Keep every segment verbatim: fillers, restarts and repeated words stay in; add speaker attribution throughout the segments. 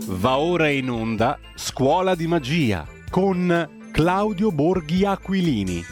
Speaker 1: Va ora in onda Scuola di Magia con Claudio Borghi Aquilini.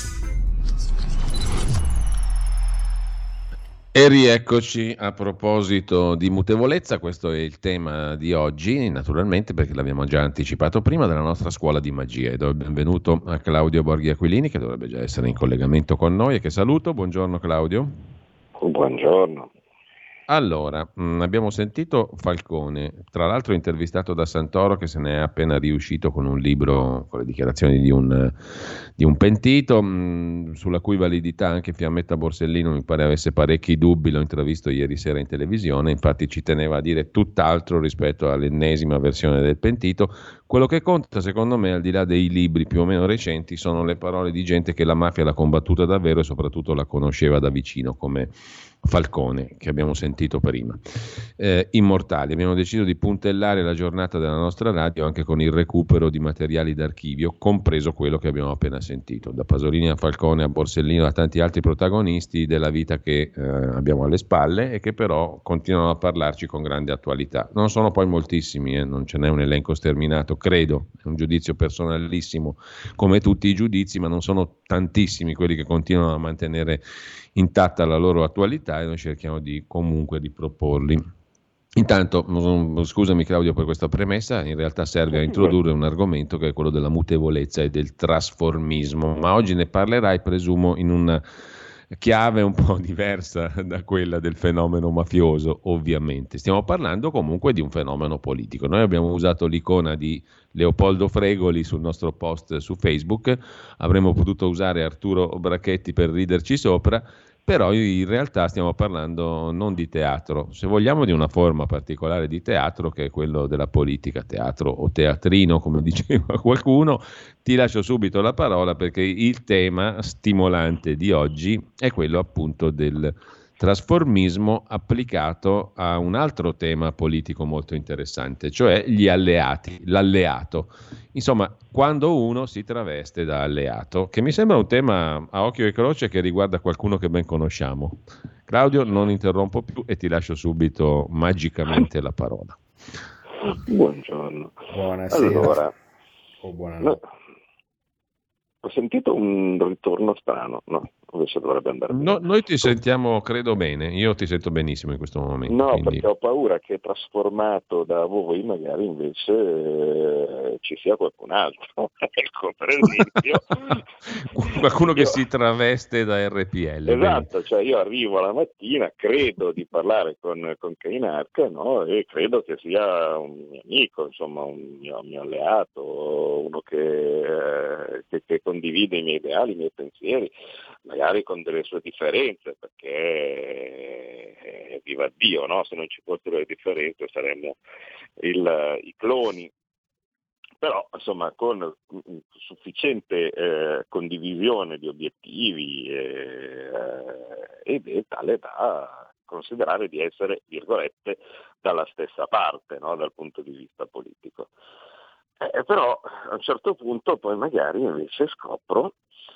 Speaker 2: E rieccoci. A proposito di mutevolezza, questo è il tema di oggi, naturalmente perché l'abbiamo già anticipato prima, della nostra Scuola di Magia. E do il benvenuto a Claudio Borghi Aquilini, che dovrebbe già essere in collegamento con noi e che saluto. Buongiorno Claudio.
Speaker 3: Buongiorno.
Speaker 2: Allora, mh, abbiamo sentito Falcone, tra l'altro intervistato da Santoro, che se ne è appena riuscito con un libro con le dichiarazioni di un, di un pentito, mh, sulla cui validità anche Fiammetta Borsellino mi pare avesse parecchi dubbi. L'ho intravisto ieri sera in televisione, infatti ci teneva a dire tutt'altro rispetto all'ennesima versione del pentito. Quello che conta, secondo me, al di là dei libri più o meno recenti, sono le parole di gente che la mafia l'ha combattuta davvero e soprattutto la conosceva da vicino, come Falcone, che abbiamo sentito prima. Eh, immortali. Abbiamo deciso di puntellare la giornata della nostra radio anche con il recupero di materiali d'archivio, compreso quello che abbiamo appena sentito, da Pasolini a Falcone a Borsellino a tanti altri protagonisti della vita che eh, abbiamo alle spalle e che però continuano a parlarci con grande attualità. Non sono poi moltissimi, eh, non ce n'è un elenco sterminato, credo, è un giudizio personalissimo come tutti i giudizi, ma non sono tantissimi quelli che continuano a mantenere intatta la loro attualità e noi cerchiamo di comunque di proporli. Intanto, scusami Claudio per questa premessa, in realtà serve a introdurre un argomento che è quello della mutevolezza e del trasformismo, ma oggi ne parlerai, presumo, in una chiave un po' diversa da quella del fenomeno mafioso, ovviamente. Stiamo parlando comunque di un fenomeno politico. Noi abbiamo usato l'icona di Leopoldo Fregoli sul nostro post su Facebook, avremmo potuto usare Arturo Brachetti per riderci sopra, però in realtà stiamo parlando non di teatro, se vogliamo di una forma particolare di teatro che è quello della politica, teatro o teatrino come diceva qualcuno. Ti lascio subito la parola perché il tema stimolante di oggi è quello appunto del trasformismo applicato a un altro tema politico molto interessante, cioè gli alleati, l'alleato. Insomma, quando uno si traveste da alleato, che mi sembra un tema a occhio e croce che riguarda qualcuno che ben conosciamo. Claudio, non interrompo più e ti lascio subito magicamente la parola.
Speaker 3: Buongiorno.
Speaker 4: Buonasera.
Speaker 3: Allora,
Speaker 4: o buonanotte.
Speaker 3: no, ho sentito un ritorno strano, no? Invece dovrebbe andare bene.
Speaker 2: No, noi ti sentiamo, credo, bene. Io ti sento benissimo in questo momento.
Speaker 3: No,
Speaker 2: quindi...
Speaker 3: perché ho paura che trasformato da voi magari invece eh, ci sia qualcun altro. Ecco, per esempio.
Speaker 2: Qualcuno che
Speaker 3: io...
Speaker 2: si traveste da R P L.
Speaker 3: Esatto,
Speaker 2: bene.
Speaker 3: cioè io arrivo la mattina, credo di parlare con, con Cainarca, no? E credo che sia un mio amico, insomma, un mio, mio alleato, uno che, eh, che, che condivide i miei ideali, i miei pensieri, magari con delle sue differenze, perché eh, viva Dio, no? Se non ci fossero le differenze saremmo il, i cloni. Però insomma con sufficiente eh, condivisione di obiettivi eh, ed è tale da considerare di essere, virgolette, dalla stessa parte, no? Dal punto di vista politico. Eh, però a un certo punto poi magari invece scopro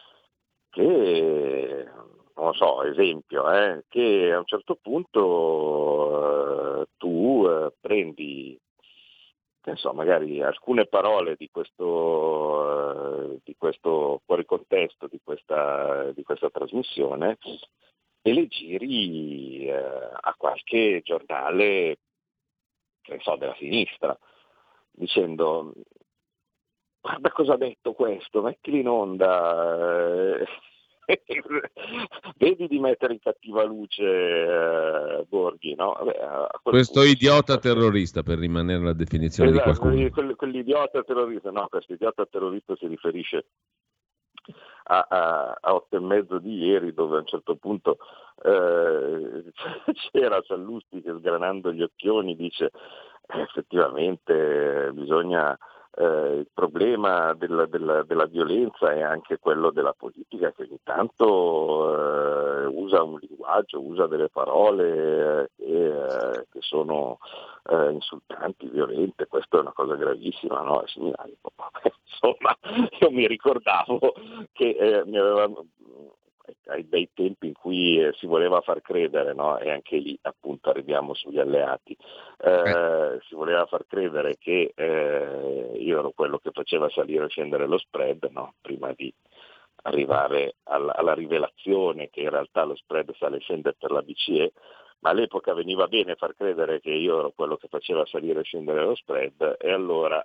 Speaker 3: che, non lo so, esempio, eh, che a un certo punto eh, tu eh, prendi, che so, magari alcune parole di questo, eh, di questo fuori contesto, di questa, di questa trasmissione e le giri eh, a qualche giornale, che ne so, della sinistra, dicendo guarda cosa ha detto questo, mettili in onda, eh, vedi di mettere in cattiva luce eh, Borghi, no? Vabbè,
Speaker 2: questo
Speaker 3: punto,
Speaker 2: idiota
Speaker 3: sì,
Speaker 2: terrorista, per rimanere alla definizione
Speaker 3: esatto,
Speaker 2: di qualcuno.
Speaker 3: Quell, quell'idiota terrorista, no, questo idiota terrorista si riferisce a, a, a otto e mezzo di ieri, dove a un certo punto eh, c'era Sallusti che sgranando gli occhioni dice eh, effettivamente bisogna Eh, il problema della, della, della violenza è anche quello della politica, che ogni tanto eh, usa un linguaggio, usa delle parole eh, che, eh, che sono eh, insultanti, violente. Questo è una cosa gravissima, no? Insomma, io mi ricordavo che eh, mi aveva ai bei tempi in cui eh, si voleva far credere, no? E anche lì appunto arriviamo sugli alleati, eh, si voleva far credere che eh, io ero quello che faceva salire e scendere lo spread, no? Prima di arrivare alla, alla rivelazione che in realtà lo spread sale e scende per la B C E, ma all'epoca veniva bene far credere che io ero quello che faceva salire e scendere lo spread, e allora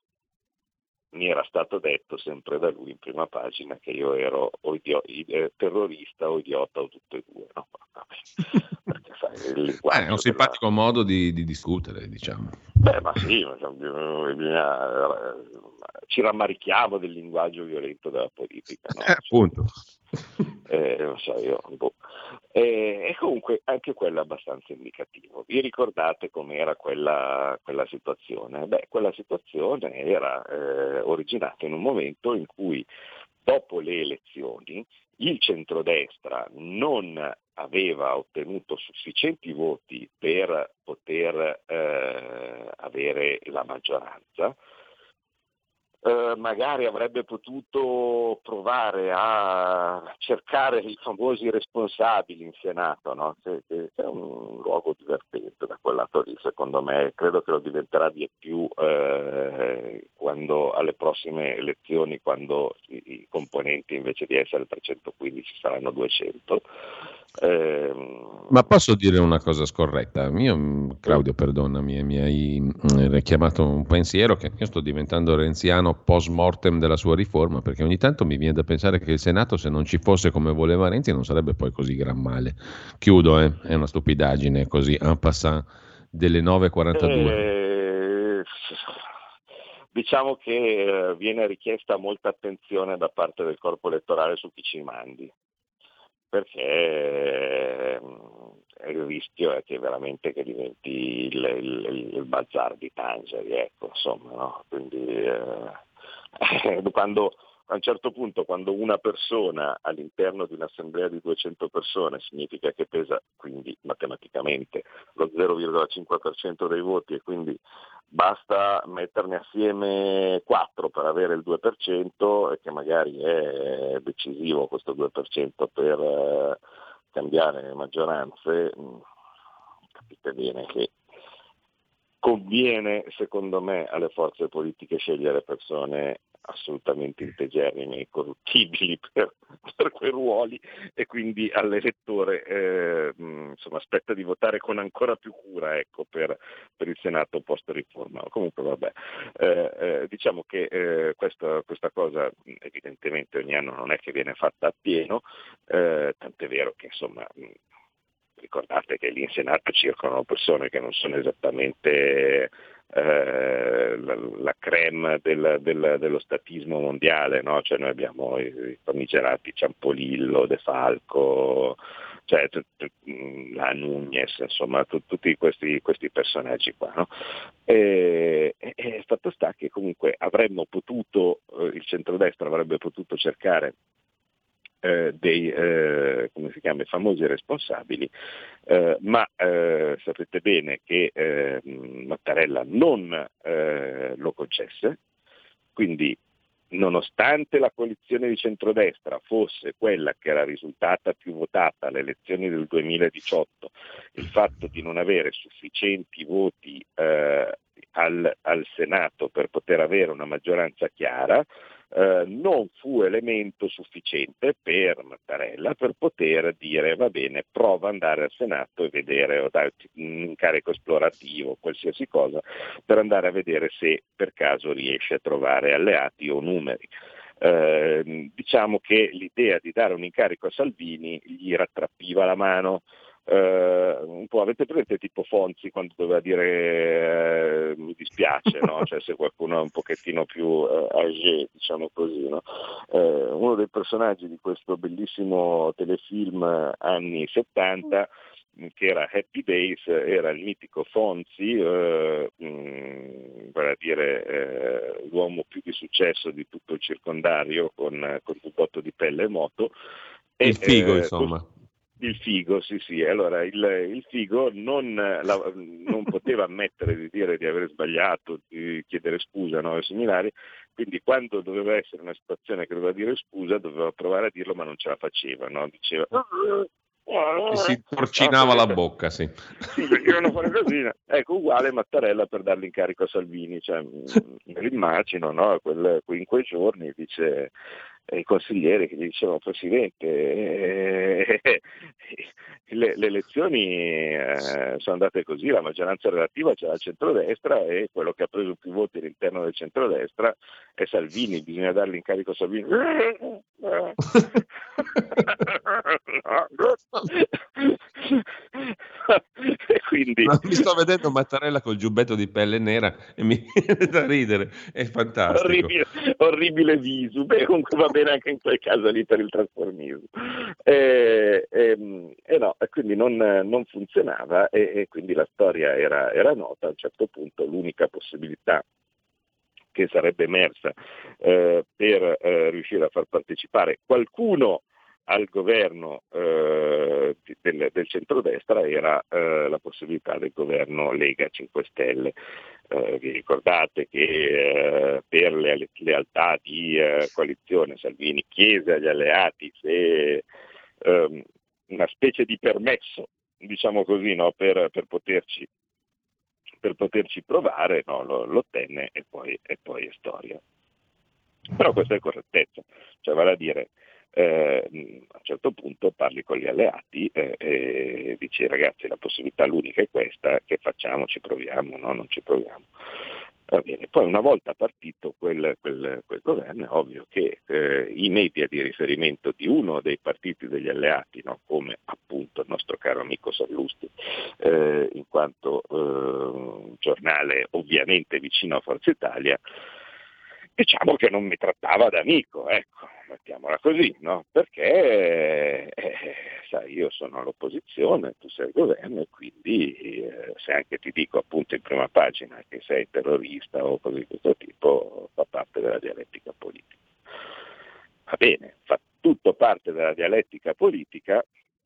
Speaker 3: mi era stato detto sempre da lui in prima pagina che io ero o idio- eh, terrorista o idiota o tutte e due, no? Perché sai, il linguaggio
Speaker 2: Eh, è un simpatico
Speaker 3: della...
Speaker 2: modo di, di discutere, diciamo.
Speaker 3: Beh, ma sì, ma bisogna- bisogna- ci rammarichiamo del linguaggio violento della politica, no?
Speaker 2: Eh, appunto.
Speaker 3: Eh, non so io, boh. E, e comunque anche quello è abbastanza indicativo. Vi ricordate com'era quella, quella situazione? Beh, quella situazione era eh, originata in un momento in cui dopo le elezioni il centrodestra non aveva ottenuto sufficienti voti per poter eh, avere la maggioranza. Eh, magari avrebbe potuto provare a cercare i famosi responsabili in Senato, no? Che, che è un luogo divertente da quel lato lì, secondo me. Credo che lo diventerà di più eh, quando alle prossime elezioni, quando i, i componenti invece di essere trecentquindici saranno duecento. Eh,
Speaker 2: Ma posso dire una cosa scorretta? Io, Claudio, perdonami, mi hai mh, richiamato un pensiero che io sto diventando renziano post mortem della sua riforma, perché ogni tanto mi viene da pensare che il Senato, se non ci fosse come voleva Renzi, non sarebbe poi così gran male. Chiudo, eh? È una stupidaggine così, en passant, delle nove e quarantadue.
Speaker 3: Eh, diciamo che eh, viene richiesta molta attenzione da parte del corpo elettorale su chi ci mandi, perché eh, il rischio è che veramente che diventi il, il, il bazar di Tangeri, ecco, insomma, no? Quindi eh, quando a un certo punto, quando una persona all'interno di un'assemblea di duecento persone significa che pesa quindi matematicamente lo zero virgola cinque per cento dei voti, e quindi basta metterne assieme quattro per avere il due per cento, e che magari è decisivo questo due per cento per eh, cambiare maggioranze, mh, capite bene che conviene, secondo me, alle forze politiche scegliere persone assolutamente integerrime e incorruttibili per, per quei ruoli, e quindi all'elettore eh, insomma, aspetta di votare con ancora più cura, ecco, per, per il Senato post riforma. Comunque vabbè, eh, eh, diciamo che eh, questa, questa cosa evidentemente ogni anno non è che viene fatta appieno, eh, tant'è vero che insomma ricordate che lì in Senato circolano persone che non sono esattamente eh, la, la crème del, del, dello statismo mondiale, no? Cioè noi abbiamo i, i famigerati Ciampolillo, De Falco, cioè t- t- la Nunez, insomma t- tutti questi, questi personaggi qua, no? E, e, e fatto sta che comunque avremmo potuto, eh, il centrodestra avrebbe potuto cercare Eh, dei eh, come si chiama, i famosi responsabili, eh, ma eh, sapete bene che eh, Mattarella non eh, lo concesse, quindi nonostante la coalizione di centrodestra fosse quella che era risultata più votata alle elezioni del duemiladiciotto, il fatto di non avere sufficienti voti eh, al, al Senato per poter avere una maggioranza chiara, Uh, non fu elemento sufficiente per Mattarella per poter dire va bene, prova ad andare al Senato e vedere, o dare un incarico esplorativo, qualsiasi cosa, per andare a vedere se per caso riesce a trovare alleati o numeri. Uh, diciamo che l'idea di dare un incarico a Salvini gli rattrappiva la mano. Uh, un po' avete presente tipo Fonzi quando doveva dire uh, mi dispiace, no? Cioè se qualcuno è un pochettino più uh, âgé, diciamo così, no? Uh, uno dei personaggi di questo bellissimo telefilm anni settanta, che era Happy Days, era il mitico Fonzi, uh, mh, vale a dire uh, l'uomo più di successo di tutto il circondario, con, con un botto di pelle e moto.
Speaker 2: Il
Speaker 3: e,
Speaker 2: figo,
Speaker 3: uh,
Speaker 2: insomma.
Speaker 3: Il figo, sì, sì. Allora il, il figo non, la, non poteva ammettere di dire di aver sbagliato, di chiedere scusa, no, e similari, quindi quando doveva essere una situazione che doveva dire scusa, doveva provare a dirlo, ma non ce la faceva, no? Diceva
Speaker 2: e si torcinava la bocca, sì.
Speaker 3: Sì, perché non fuori così. Ecco, uguale Mattarella per dare l'incarico a Salvini, cioè, me l'immagino, no? Quel, in quei giorni dice eh, i consiglieri che gli dicevano Presidente, eh, eh, le, le elezioni eh, sono andate così, la maggioranza relativa c'è al centrodestra e quello che ha preso più voti all'interno del centrodestra è Salvini, bisogna dare l'incarico a Salvini. E quindi
Speaker 2: no, mi sto vedendo Mattarella col giubbetto di pelle nera e mi viene da ridere, è fantastico.
Speaker 3: Orribile, orribile viso, beh, comunque va bene anche in quel caso lì per il trasformismo. E, e, e no, e quindi non, non funzionava e, e quindi la storia era, era nota. A un certo punto l'unica possibilità che sarebbe emersa eh, per eh, riuscire a far partecipare qualcuno al governo eh, del, del centrodestra era eh, la possibilità del governo Lega cinque Stelle. Eh, vi ricordate che eh, per le lealtà di eh, coalizione Salvini chiese agli alleati se ehm, una specie di permesso, diciamo così, no, per, per poterci per poterci provare, no, lo, lo ottenne e poi, e poi è storia. Però questa è correttezza, cioè vale a dire eh, a un certo punto parli con gli alleati eh, e dici ragazzi la possibilità l'unica è questa, che facciamo, ci proviamo, no, non ci proviamo. Va bene. Poi una volta partito quel, quel, quel governo è ovvio che eh, i media di riferimento di uno dei partiti degli alleati, no, come appunto il nostro caro amico Sallusti, eh, in quanto eh, giornale ovviamente vicino a Forza Italia, diciamo che non mi trattava da amico, ecco, mettiamola così, no? Perché eh, sai, io sono all'opposizione, tu sei al governo e quindi eh, se anche ti dico appunto in prima pagina che sei terrorista o cose di questo tipo, fa parte della dialettica politica. Va bene, fa tutto parte della dialettica politica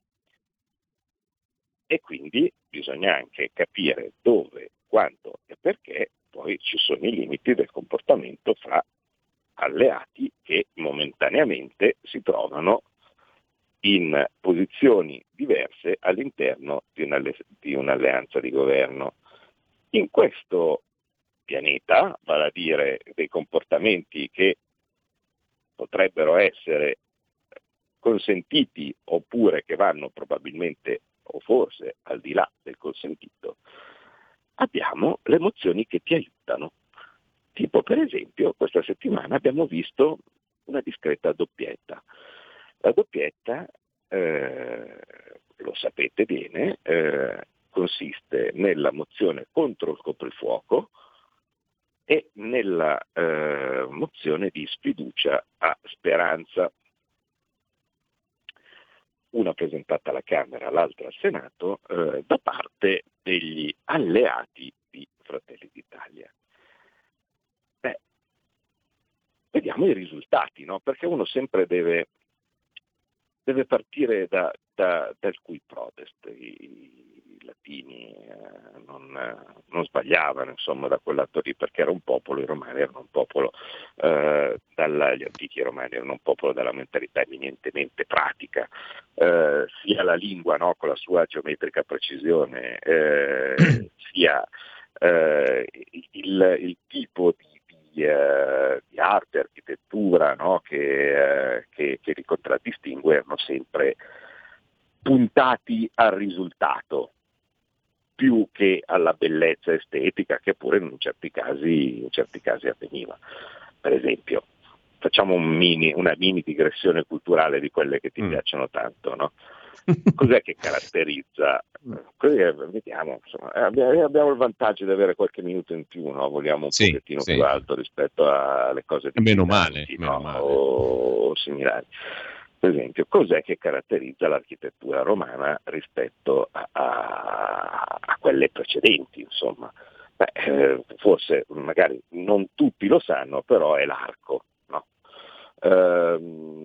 Speaker 3: e quindi bisogna anche capire dove, quando e perché poi ci sono i limiti del comportamento fra alleati che momentaneamente si trovano in posizioni diverse all'interno di, un'alle- di un'alleanza di governo. In questo pianeta, vale a dire dei comportamenti che potrebbero essere consentiti oppure che vanno probabilmente o forse al di là del consentito, abbiamo le emozioni che ti aiutano. Tipo per esempio questa settimana abbiamo visto una discreta doppietta. La doppietta, eh, lo sapete bene, eh, consiste nella mozione contro il coprifuoco e nella eh, mozione di sfiducia a Speranza. Una presentata alla Camera, l'altra al Senato, eh, da parte degli alleati di Fratelli d'Italia. Beh, vediamo i risultati, no? Perché uno sempre deve, deve partire da, da, dal cui prodest. I, i latini eh, non, eh, non sbagliavano, insomma, da quel lato lì, perché era un popolo, i romani erano un popolo, eh, dalla, gli antichi romani erano un popolo dalla mentalità eminentemente pratica, eh, sia la lingua, no, con la sua geometrica precisione, eh, sia eh, il, il tipo di Di, uh, di arte, architettura, no? che, uh, che, che li contraddistingue, erano sempre puntati al risultato più che alla bellezza estetica che pure in certi casi, in certi casi avveniva. Per esempio, facciamo un mini, una mini digressione culturale di quelle che ti mm. piacciono tanto, no? Cos'è che caratterizza? Così, vediamo, insomma, abbiamo, abbiamo il vantaggio di avere qualche minuto in più, no? Vogliamo un
Speaker 2: sì,
Speaker 3: pochettino
Speaker 2: sì.
Speaker 3: più alto rispetto alle cose di
Speaker 2: meno male,
Speaker 3: no?
Speaker 2: meno male.
Speaker 3: O, o similari. Per esempio, cos'è che caratterizza l'architettura romana rispetto a, a, a quelle precedenti, insomma? Beh, eh, forse magari non tutti lo sanno, però è l'arco, no? Ehm,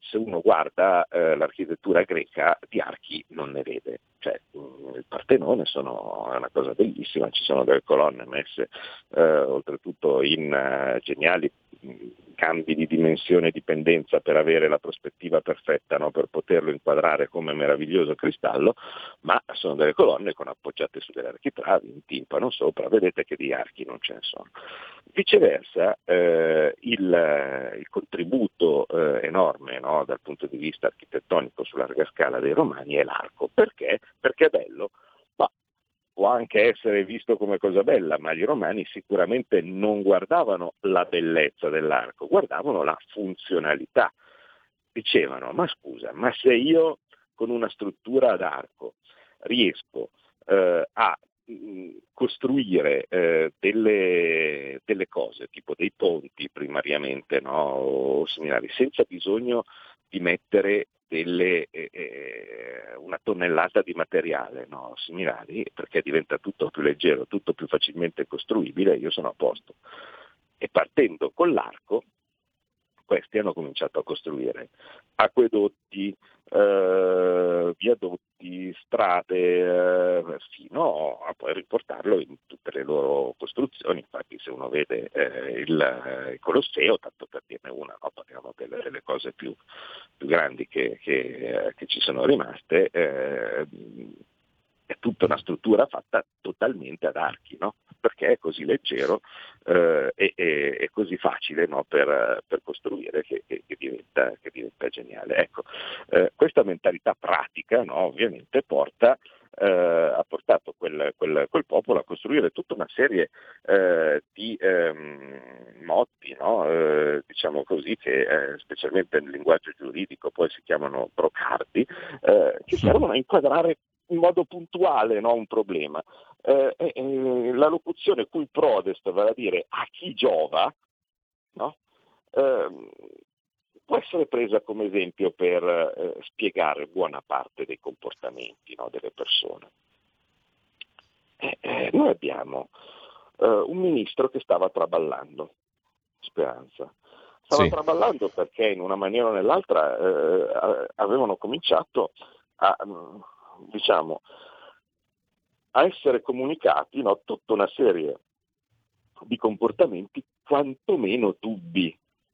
Speaker 3: se uno guarda eh, l'architettura greca di archi non ne vede, cioè mh, il Partenone sono, è una cosa bellissima, ci sono delle colonne messe eh, oltretutto in uh, geniali mh, cambi di dimensione e dipendenza per avere la prospettiva perfetta, no? Per poterlo inquadrare come meraviglioso cristallo, ma sono delle colonne con appoggiate su delle architravi, un timpano sopra, vedete che di archi non ce ne sono. Viceversa eh, il, il contributo eh, enorme, no? Dal punto di vista architettonico su larga scala dei Romani è l'arco. Perché? Perché è bello, ma può anche essere visto come cosa bella, ma i Romani sicuramente non guardavano la bellezza dell'arco, guardavano la funzionalità. Dicevano, ma scusa, ma se io con una struttura ad arco riesco eh, a mh, costruire eh, delle, delle cose, tipo dei ponti primariamente, no, o similari, senza bisogno di mettere delle, eh, una tonnellata di materiale, no, similari, perché diventa tutto più leggero, tutto più facilmente costruibile, io sono a posto. E partendo con l'arco, questi hanno cominciato a costruire acquedotti, eh, viadotti, strade, eh, fino a poi riportarlo in tutte le loro costruzioni. Infatti se uno vede eh, il, il Colosseo, tanto per dirne una, no? Parliamo delle, delle cose più, più grandi che, che, eh, che ci sono rimaste, eh, è tutta una struttura fatta totalmente ad archi, no? Perché è così leggero eh, e, e, e così facile, no? per, per costruire che, che, che, diventa, che diventa geniale. Ecco, eh, questa mentalità pratica, no? Ovviamente porta, eh, ha portato quel, quel, quel popolo a costruire tutta una serie eh, di ehm, motti, no? eh, diciamo così, che eh, specialmente nel linguaggio giuridico poi si chiamano brocardi, eh, che servono a inquadrare in modo puntuale, no, un problema. Eh, eh, la locuzione cui prodest, vale a dire a chi giova, no, eh, può essere presa come esempio per eh, spiegare buona parte dei comportamenti, no, delle persone. Eh, eh, noi abbiamo eh, un ministro che stava traballando, Speranza. Stava
Speaker 2: Sì.
Speaker 3: traballando perché in una maniera o nell'altra eh, avevano cominciato a... diciamo, a essere comunicati, no, tutta una serie di comportamenti quantomeno dubbi.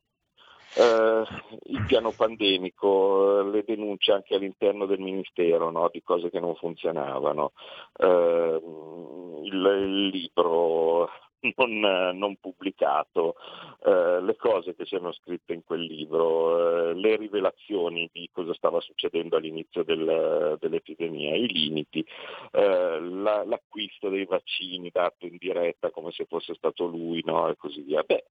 Speaker 3: Eh, il piano pandemico, le denunce anche all'interno del Ministero, no, di cose che non funzionavano, eh, il, il libro non, non pubblicato, eh, le cose che c'erano scritte in quel libro, eh, le rivelazioni di cosa stava succedendo all'inizio del, dell'epidemia, i limiti, eh, la, l'acquisto dei vaccini dato in diretta come se fosse stato lui, no, e così via. Beh,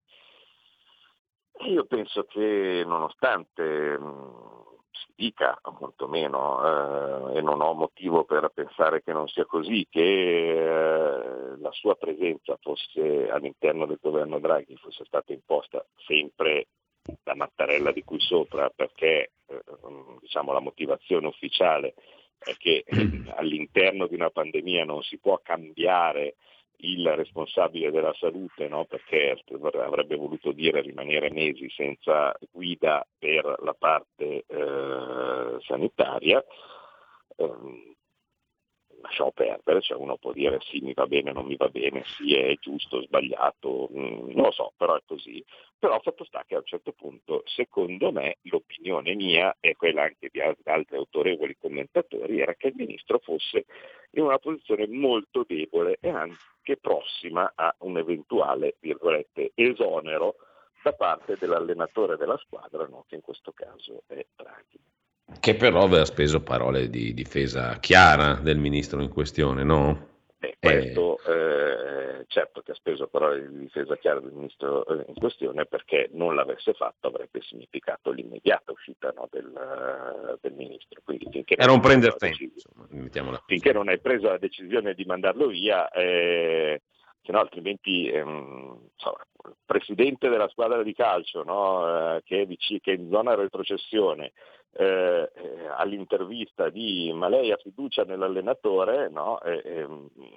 Speaker 3: io penso che nonostante mh, si dica, quantomeno, eh, e non ho motivo per pensare che non sia così, che eh, la sua presenza fosse all'interno del governo Draghi fosse stata imposta sempre da Mattarella di qui sopra, perché eh, diciamo, la motivazione ufficiale è che all'interno di una pandemia non si può cambiare il responsabile della salute, no? Perché avrebbe voluto dire rimanere mesi senza guida per la parte eh, sanitaria. Eh, lasciamo perdere, cioè uno può dire sì, mi va bene, non mi va bene, sì, è giusto, sbagliato, mh, non lo so, però è così. Però fatto sta che a un certo punto, secondo me, l'opinione mia e quella anche di altri autorevoli commentatori era che il ministro fosse in una posizione molto debole e anche prossima a un eventuale, virgolette, esonero da parte dell'allenatore della squadra, no? Che in questo caso è Draghi.
Speaker 2: Che però aveva speso parole di difesa chiara del ministro in questione, no?
Speaker 3: Eh, questo eh, certo che ha speso parole di difesa chiara del ministro in questione, perché non l'avesse fatto avrebbe significato l'immediata uscita, no, del, del ministro. Quindi finché
Speaker 2: era un prendere tempo, insomma, mettiamola così.
Speaker 3: Finché non hai preso la decisione di mandarlo via, eh, se no altrimenti ehm, insomma, il presidente della squadra di calcio, no, eh, che, è vicino, che è in zona retrocessione, eh, eh, all'intervista di ma lei ha fiducia nell'allenatore, no, eh, eh,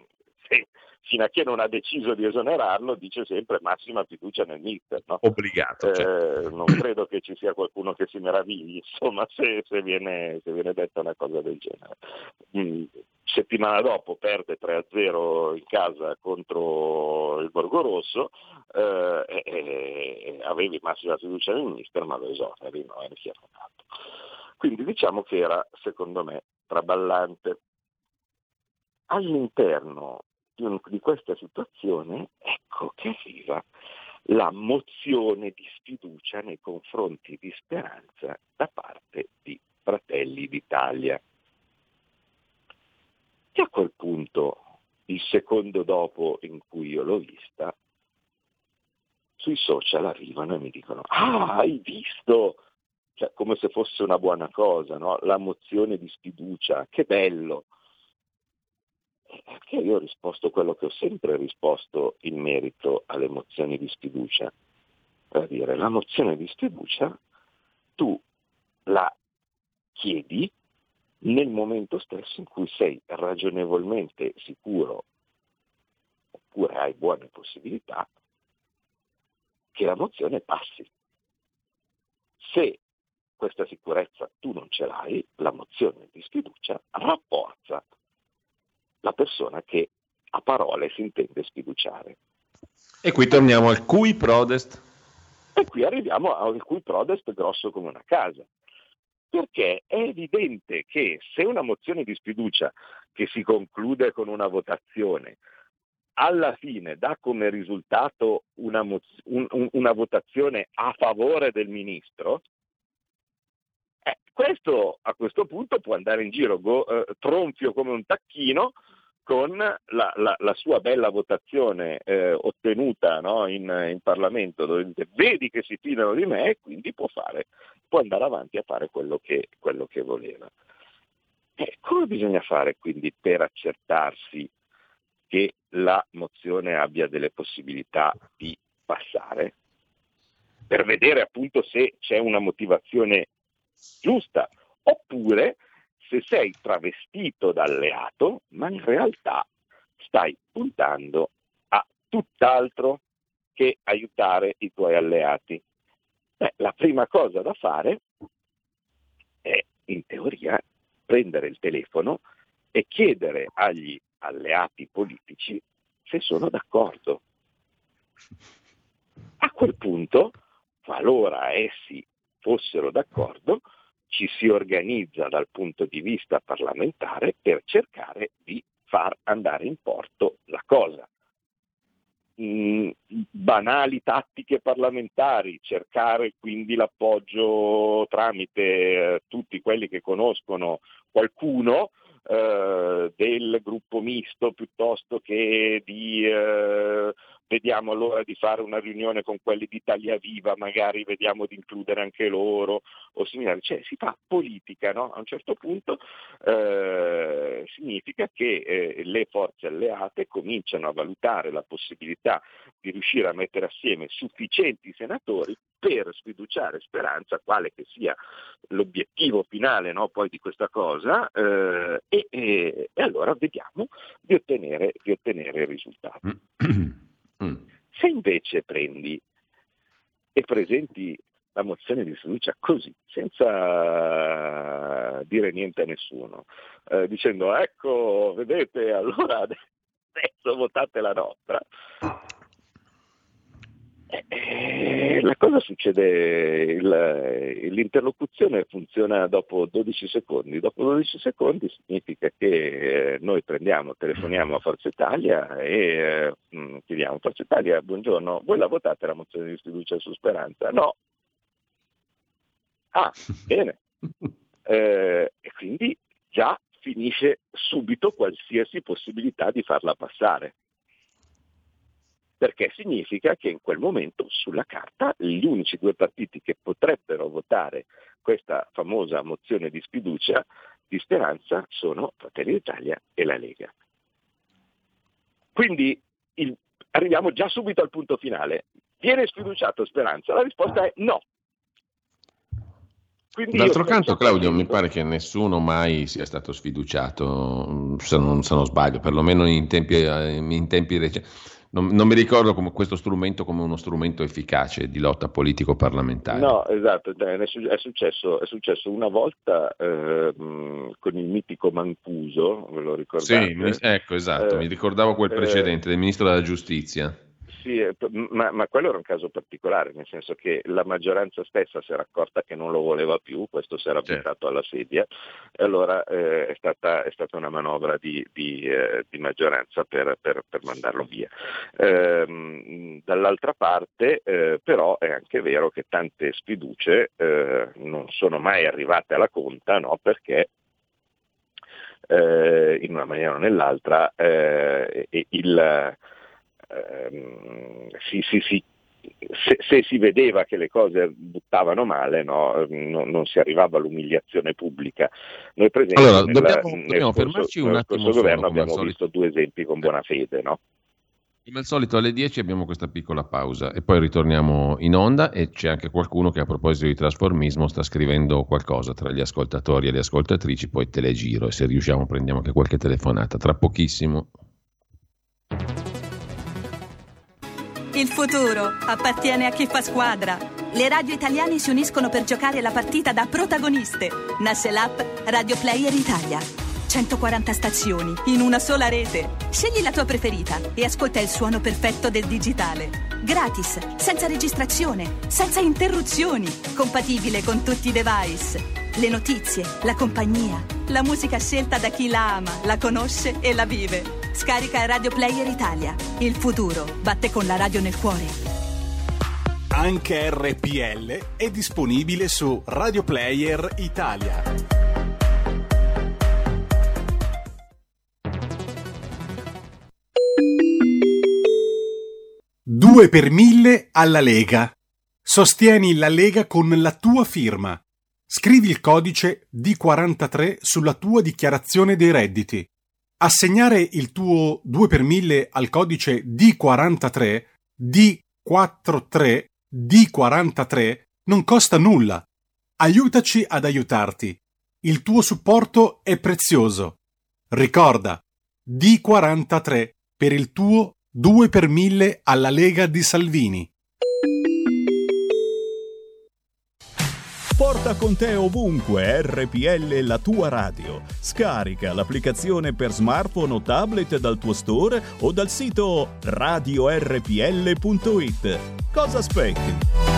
Speaker 3: se, fino a che non ha deciso di esonerarlo, dice sempre massima fiducia nel mister, no?
Speaker 2: Obbligato.
Speaker 3: Eh,
Speaker 2: certo.
Speaker 3: Non credo che ci sia qualcuno che si meravigli, insomma, se, se, viene, se viene detta una cosa del genere. Mm. Settimana dopo perde tre a zero in casa contro il Borgorosso, eh, e, e avevi massima fiducia nel mister, ma lo esoneri, no? E ne si è fatto. Quindi diciamo che era, secondo me, traballante. All'interno di, un, di questa situazione, ecco che arriva la mozione di sfiducia nei confronti di Speranza da parte di Fratelli d'Italia. E a quel punto, il secondo dopo in cui io l'ho vista, sui social arrivano e mi dicono: ah, hai visto? Cioè, come se fosse una buona cosa, no? La mozione di sfiducia, che bello! Perché io ho risposto quello che ho sempre risposto in merito alle mozioni di sfiducia. Per dire, la mozione di sfiducia tu la chiedi nel momento stesso in cui sei ragionevolmente sicuro, oppure hai buone possibilità, che la mozione passi. Se questa sicurezza tu non ce l'hai, la mozione di sfiducia rafforza la persona che a parole si intende sfiduciare.
Speaker 2: E qui torniamo al cui prodest.
Speaker 3: E qui arriviamo al cui prodest grosso come una casa. Perché è evidente che se una mozione di sfiducia che si conclude con una votazione alla fine dà come risultato una, moz- un, un, una votazione a favore del ministro, eh, questo a questo punto può andare in giro go, eh, tronfio come un tacchino con la, la, la sua bella votazione eh, ottenuta, no, in, in Parlamento, dove dice vedi che si fidano di me e quindi può, fare, può andare avanti a fare quello che, quello che voleva. Eh, come bisogna fare quindi per accertarsi che la mozione abbia delle possibilità di passare? Per vedere appunto se c'è una motivazione giusta, oppure se sei travestito da alleato, ma in realtà stai puntando a tutt'altro che aiutare i tuoi alleati. Beh, la prima cosa da fare è, in teoria, prendere il telefono e chiedere agli alleati politici se sono d'accordo. A quel punto, qualora essi fossero d'accordo, ci si organizza dal punto di vista parlamentare per cercare di far andare in porto la cosa. Mm, banali tattiche parlamentari, cercare quindi l'appoggio tramite eh, tutti quelli che conoscono qualcuno eh, del gruppo misto, piuttosto che di eh, vediamo allora di fare una riunione con quelli di Italia Viva, magari vediamo di includere anche loro o similari, cioè si fa politica, no? A un certo punto eh, significa che eh, le forze alleate cominciano a valutare la possibilità di riuscire a mettere assieme sufficienti senatori per sfiduciare Speranza, quale che sia l'obiettivo finale, no, poi di questa cosa, eh, e, e, e allora vediamo di ottenere, di ottenere il risultato. Se invece prendi e presenti la mozione di sfiducia così, senza dire niente a nessuno, eh, dicendo ecco, vedete, allora adesso votate la nostra, Eh, la cosa succede, il, l'interlocuzione funziona dopo dodici secondi, dopo dodici secondi significa che eh, noi prendiamo, telefoniamo a Forza Italia e eh, chiediamo Forza Italia, buongiorno, voi la votate la mozione di sfiducia su Speranza? No. Ah, bene. Eh, e quindi già finisce subito qualsiasi possibilità di farla passare. Perché significa che in quel momento sulla carta gli unici due partiti che potrebbero votare questa famosa mozione di sfiducia di Speranza sono Fratelli d'Italia e la Lega. Quindi il, arriviamo già subito al punto finale. Viene sfiduciato Speranza? La risposta è no. Quindi
Speaker 2: D'altro
Speaker 3: io
Speaker 2: canto,
Speaker 3: sto
Speaker 2: Claudio, mi
Speaker 3: facendo...
Speaker 2: pare che nessuno mai sia stato sfiduciato, se non, se non sbaglio, perlomeno in tempi, eh, in tempi recenti. Non, non mi ricordo come questo strumento come uno strumento efficace di lotta politico-parlamentare.
Speaker 3: No, esatto, cioè, è, su- è successo, è successo una volta eh, mh, con il mitico Mancuso, ve lo
Speaker 2: Sì, mi-
Speaker 3: ricordate?
Speaker 2: ecco, esatto, mi
Speaker 3: Eh,
Speaker 2: ricordavo quel
Speaker 3: eh,
Speaker 2: precedente del ministro della giustizia.
Speaker 3: Sì, eh, p- ma, ma quello era un caso particolare, nel senso che la maggioranza stessa si era accorta che non lo voleva più, questo si era
Speaker 2: Certo.
Speaker 3: buttato alla sedia, e allora eh, è, stata, è stata una manovra di, di, eh, di maggioranza per, per- per mandarlo via. Ehm, dall'altra parte, eh, però, è anche vero che tante sfiducie eh, non sono mai arrivate alla conta, no? Perché eh, in una maniera o nell'altra eh, il ehm, si, si, si, se, se si vedeva che le cose buttavano male, no, non, non si arrivava all'umiliazione pubblica. Noi per esempio
Speaker 2: Allora,
Speaker 3: nel,
Speaker 2: dobbiamo,
Speaker 3: nel,
Speaker 2: dobbiamo
Speaker 3: scorso,
Speaker 2: fermarci un
Speaker 3: nello
Speaker 2: attimo
Speaker 3: scorso
Speaker 2: solo,
Speaker 3: governo
Speaker 2: come al
Speaker 3: abbiamo
Speaker 2: solito.
Speaker 3: visto due esempi con buona fede, no?
Speaker 2: Come al solito alle dieci abbiamo questa piccola pausa e poi ritorniamo in onda e c'è anche qualcuno che a proposito di trasformismo sta scrivendo qualcosa tra gli ascoltatori e le ascoltatrici, poi te le giro e se riusciamo prendiamo anche qualche telefonata. Tra pochissimo.
Speaker 4: Il futuro appartiene a chi fa squadra. Le radio italiane si uniscono per giocare la partita da protagoniste. Nasce l'app Radio Player Italia. centoquaranta stazioni in una sola rete. Scegli la tua preferita e ascolta il suono perfetto del digitale. Gratis, senza registrazione, senza interruzioni, compatibile con tutti i device. Le notizie, la compagnia, la musica scelta da chi la ama, la conosce e la vive. Scarica Radio Player Italia. Il futuro batte con la radio nel cuore.
Speaker 1: Anche R P L è disponibile su Radio Player Italia. due per mille alla Lega. Sostieni la Lega con la tua firma. Scrivi il codice D quarantatré sulla tua dichiarazione dei redditi. Assegnare il tuo due per mille al codice D quarantatré, D quarantatré, D quarantatré non costa nulla. Aiutaci ad aiutarti. Il tuo supporto è prezioso. Ricorda, D quarantatré per il tuo due per mille alla Lega di Salvini.
Speaker 5: Porta con te ovunque R P L, la tua radio. Scarica l'applicazione per smartphone o tablet dal tuo store o dal sito radio r p l punto i t. Cosa aspetti?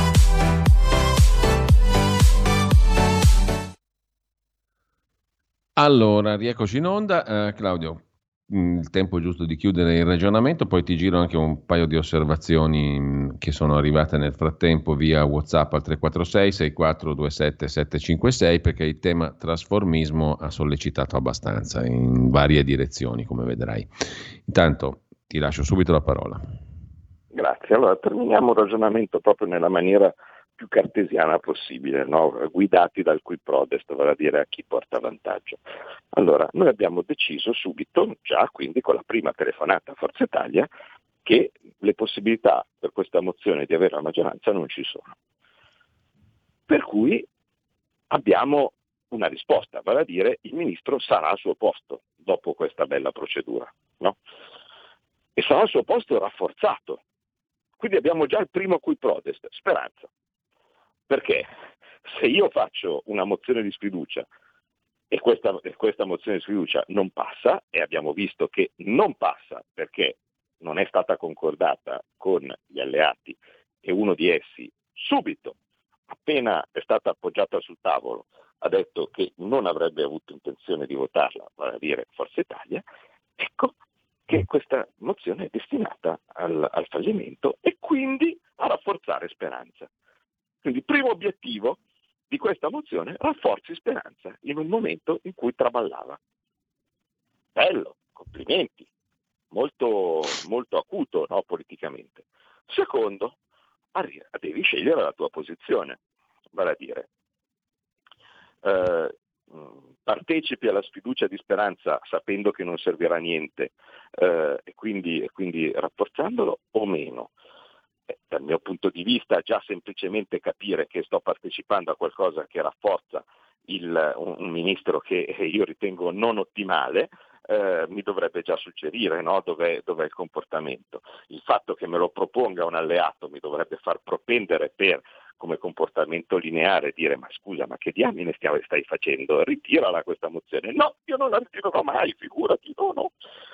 Speaker 2: Allora, rieccoci in onda. Uh, Claudio, il tempo giusto di chiudere il ragionamento, poi ti giro anche un paio di osservazioni mh, che sono arrivate nel frattempo via WhatsApp al tre quattro sei sei quattro due sette sette cinque sei, perché il tema trasformismo ha sollecitato abbastanza in varie direzioni, come vedrai. Intanto ti lascio subito la parola.
Speaker 3: Grazie. Allora terminiamo il ragionamento proprio nella maniera più cartesiana possibile, no? Guidati dal cui prodest, vale a dire a chi porta vantaggio. Allora, noi abbiamo deciso subito, già quindi con la prima telefonata a Forza Italia, che le possibilità per questa mozione di avere la maggioranza non ci sono. Per cui abbiamo una risposta, vale a dire il ministro sarà al suo posto dopo questa bella procedura, no? E sarà al suo posto rafforzato. Quindi abbiamo già il primo cui prodest, Speranza. Perché se io faccio una mozione di sfiducia e questa, e questa mozione di sfiducia non passa, e abbiamo visto che non passa perché non è stata concordata con gli alleati e uno di essi subito, appena è stata appoggiata sul tavolo, ha detto che non avrebbe avuto intenzione di votarla, vale a dire Forza Italia, ecco che questa mozione è destinata al, al fallimento e quindi a rafforzare Speranza. Quindi primo obiettivo di questa mozione, rafforzi Speranza in un momento in cui traballava. Bello, complimenti, molto, molto acuto, no, politicamente. Secondo, arri- devi scegliere la tua posizione, vale a dire eh, partecipi alla sfiducia di Speranza sapendo che non servirà a niente eh, e, quindi, e quindi rafforzandolo o meno. Eh, dal, mio punto di vista già semplicemente capire che sto partecipando a qualcosa che rafforza il, un, un ministro che io ritengo non ottimale, eh, mi dovrebbe già suggerire, no? dov'è, dov'è il comportamento. Il fatto che me lo proponga un alleato mi dovrebbe far propendere per, come comportamento lineare, dire ma scusa, ma che diamine stiamo, stai facendo? Ritirala questa mozione. No, io non la ritirerò mai, figurati, no, no.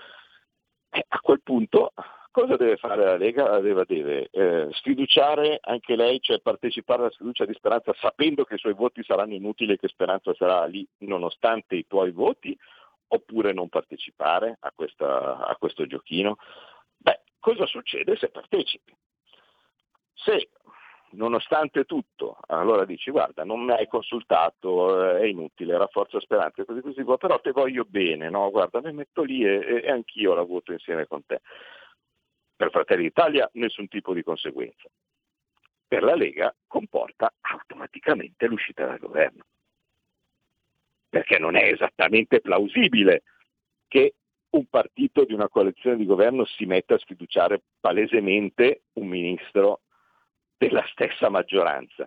Speaker 3: E a quel punto cosa deve fare la Lega? La Lega deve eh, sfiduciare anche lei, cioè partecipare alla sfiducia di Speranza sapendo che i suoi voti saranno inutili e che Speranza sarà lì nonostante i tuoi voti, oppure non partecipare a, questa, a questo giochino? Beh, cosa succede se partecipi? Se nonostante tutto, allora dici guarda, non mi hai consultato, è inutile, rafforza Speranza, così così, però te voglio bene, no? Guarda, mi metto lì e, e anch'io la voto insieme con te. Per Fratelli d'Italia nessun tipo di conseguenza. Per la Lega comporta automaticamente l'uscita dal governo. Perché non è esattamente plausibile che un partito di una coalizione di governo si metta a sfiduciare palesemente un ministro della stessa maggioranza.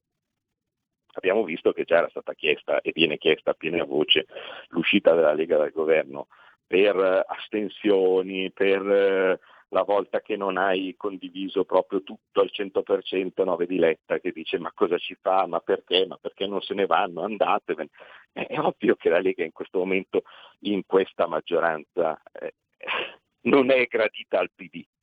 Speaker 3: Abbiamo visto che già era stata chiesta e viene chiesta a piena voce l'uscita della Lega dal governo per astensioni, per la volta che non hai condiviso proprio tutto al cento per cento, no? Vedi Letta che dice ma cosa ci fa, ma perché, ma perché non se ne vanno, andatevene. È ovvio che la Lega in questo momento, in questa maggioranza, eh, non è gradita al P D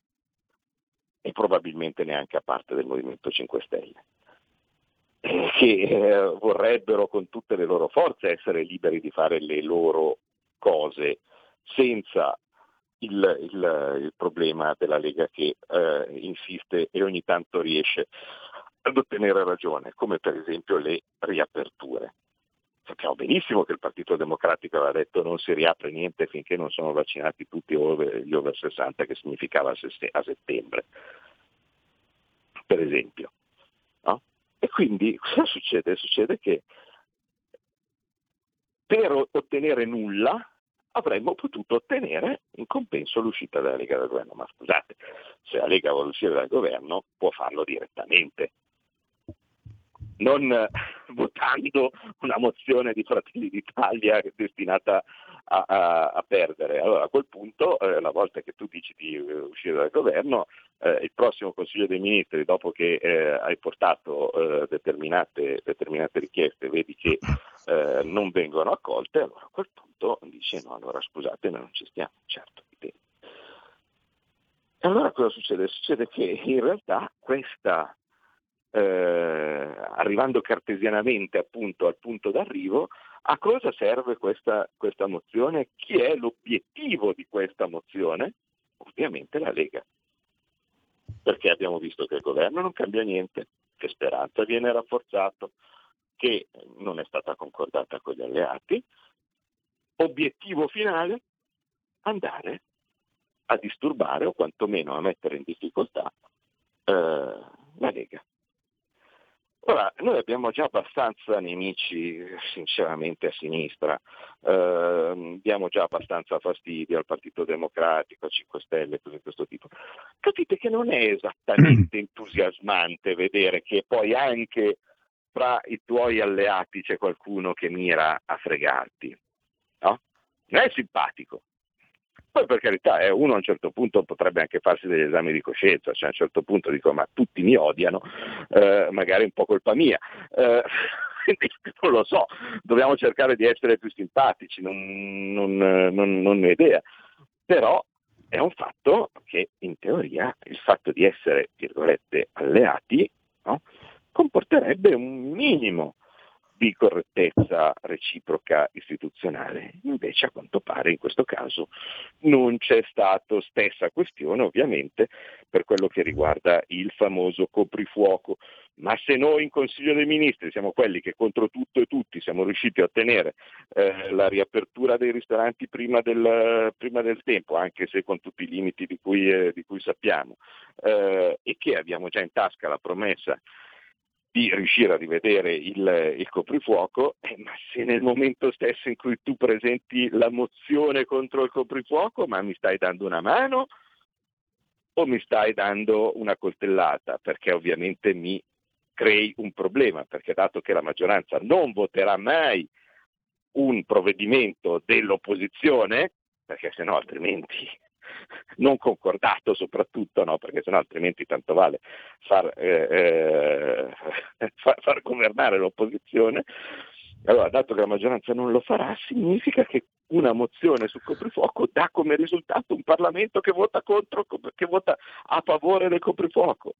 Speaker 3: e probabilmente neanche a parte del Movimento cinque Stelle, eh, che eh, vorrebbero con tutte le loro forze essere liberi di fare le loro cose senza Il, il, il problema della Lega che eh, insiste e ogni tanto riesce ad ottenere ragione, come per esempio le riaperture. Sappiamo benissimo che il Partito Democratico aveva detto non si riapre niente finché non sono vaccinati tutti over, gli over sessanta, che significava a settembre, per esempio. No? E quindi cosa succede? Succede che per ottenere nulla avremmo potuto ottenere in compenso l'uscita della Lega dal governo. Ma scusate, se la Lega vuole uscire dal governo può farlo direttamente, non eh, votando una mozione di Fratelli d'Italia destinata a, a, a perdere. Allora a quel punto, eh, la volta che tu dici di eh, uscire dal governo, eh, il prossimo Consiglio dei Ministri, dopo che eh, hai portato eh, determinate, determinate richieste, vedi che eh, non vengono accolte, allora a quel punto dice no, allora scusate, noi non ci stiamo, certo. E allora cosa succede? Succede che in realtà questa Eh, arrivando cartesianamente appunto al punto d'arrivo, a cosa serve questa, questa mozione? Chi è l'obiettivo di questa mozione? Ovviamente la Lega, perché abbiamo visto che il governo non cambia niente, che Speranza viene rafforzato, che non è stata concordata con gli alleati. Obiettivo finale? Andare a disturbare o quantomeno a mettere in difficoltà eh, la Lega. Ora, noi abbiamo già abbastanza nemici, sinceramente, a sinistra, eh, diamo già abbastanza fastidio al Partito Democratico, a cinque Stelle, cose di questo tipo. Capite che non è esattamente entusiasmante vedere che poi anche fra i tuoi alleati c'è qualcuno che mira a fregarti, no? Non è simpatico. Poi per carità, eh, uno a un certo punto potrebbe anche farsi degli esami di coscienza, cioè a un certo punto dico ma tutti mi odiano, eh, magari è un po' colpa mia, eh, non lo so, dobbiamo cercare di essere più simpatici, non, non, non, non ne ho idea, però è un fatto che in teoria il fatto di essere, virgolette, alleati, no, comporterebbe un minimo di correttezza reciproca istituzionale. Invece a quanto pare in questo caso non c'è stato. Stessa questione ovviamente per quello che riguarda il famoso coprifuoco. Ma se noi in Consiglio dei Ministri siamo quelli che contro tutto e tutti siamo riusciti a ottenere eh, la riapertura dei ristoranti prima del, prima del tempo, anche se con tutti i limiti di cui, eh, di cui sappiamo, eh, e che abbiamo già in tasca la promessa di riuscire a rivedere il, il coprifuoco, eh, ma se nel momento stesso in cui tu presenti la mozione contro il coprifuoco, ma mi stai dando una mano o mi stai dando una coltellata, perché ovviamente mi crei un problema, perché dato che la maggioranza non voterà mai un provvedimento dell'opposizione, perché sennò altrimenti non concordato soprattutto, no? Perché sennò altrimenti tanto vale far, eh, eh, far, far governare l'opposizione. Allora, dato che la maggioranza non lo farà, significa che una mozione sul coprifuoco dà come risultato un Parlamento che vota contro, che vota a favore del coprifuoco.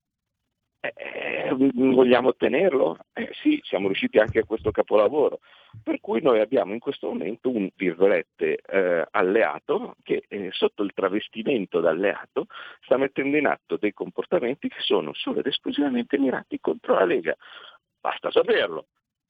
Speaker 3: Eh, vogliamo ottenerlo? Eh sì, siamo riusciti anche a questo capolavoro, per cui noi abbiamo in questo momento un virgolette eh, alleato che eh, sotto il travestimento d'alleato sta mettendo in atto dei comportamenti che sono solo ed esclusivamente mirati contro la Lega. Basta saperlo.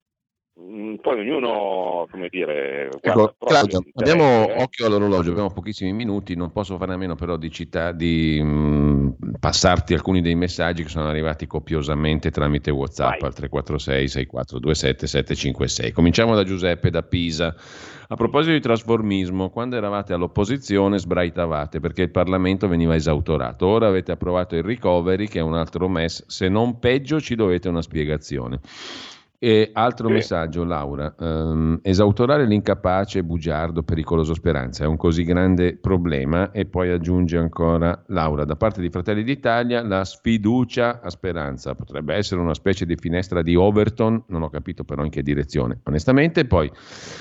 Speaker 3: Poi ognuno, come dire,
Speaker 2: ecco, Claudio, abbiamo
Speaker 3: eh.
Speaker 2: occhio all'orologio, abbiamo pochissimi minuti, non posso fare a meno però di città, di mh, passarti alcuni dei messaggi che sono arrivati copiosamente tramite WhatsApp. Vai. Al tre quattro sei sei quattro due sette sette cinque sei. Cominciamo da Giuseppe da Pisa. A proposito di trasformismo, quando eravate all'opposizione sbraitavate perché il Parlamento veniva esautorato, ora avete approvato il recovery che è un altro mess, se non peggio ci dovete una spiegazione. E altro sì. Messaggio, Laura, um, esautorare l'incapace, bugiardo, pericoloso Speranza è un così grande problema. E poi aggiunge ancora Laura, da parte di Fratelli d'Italia la sfiducia a Speranza potrebbe essere una specie di finestra di Overton, non ho capito però in che direzione onestamente. Poi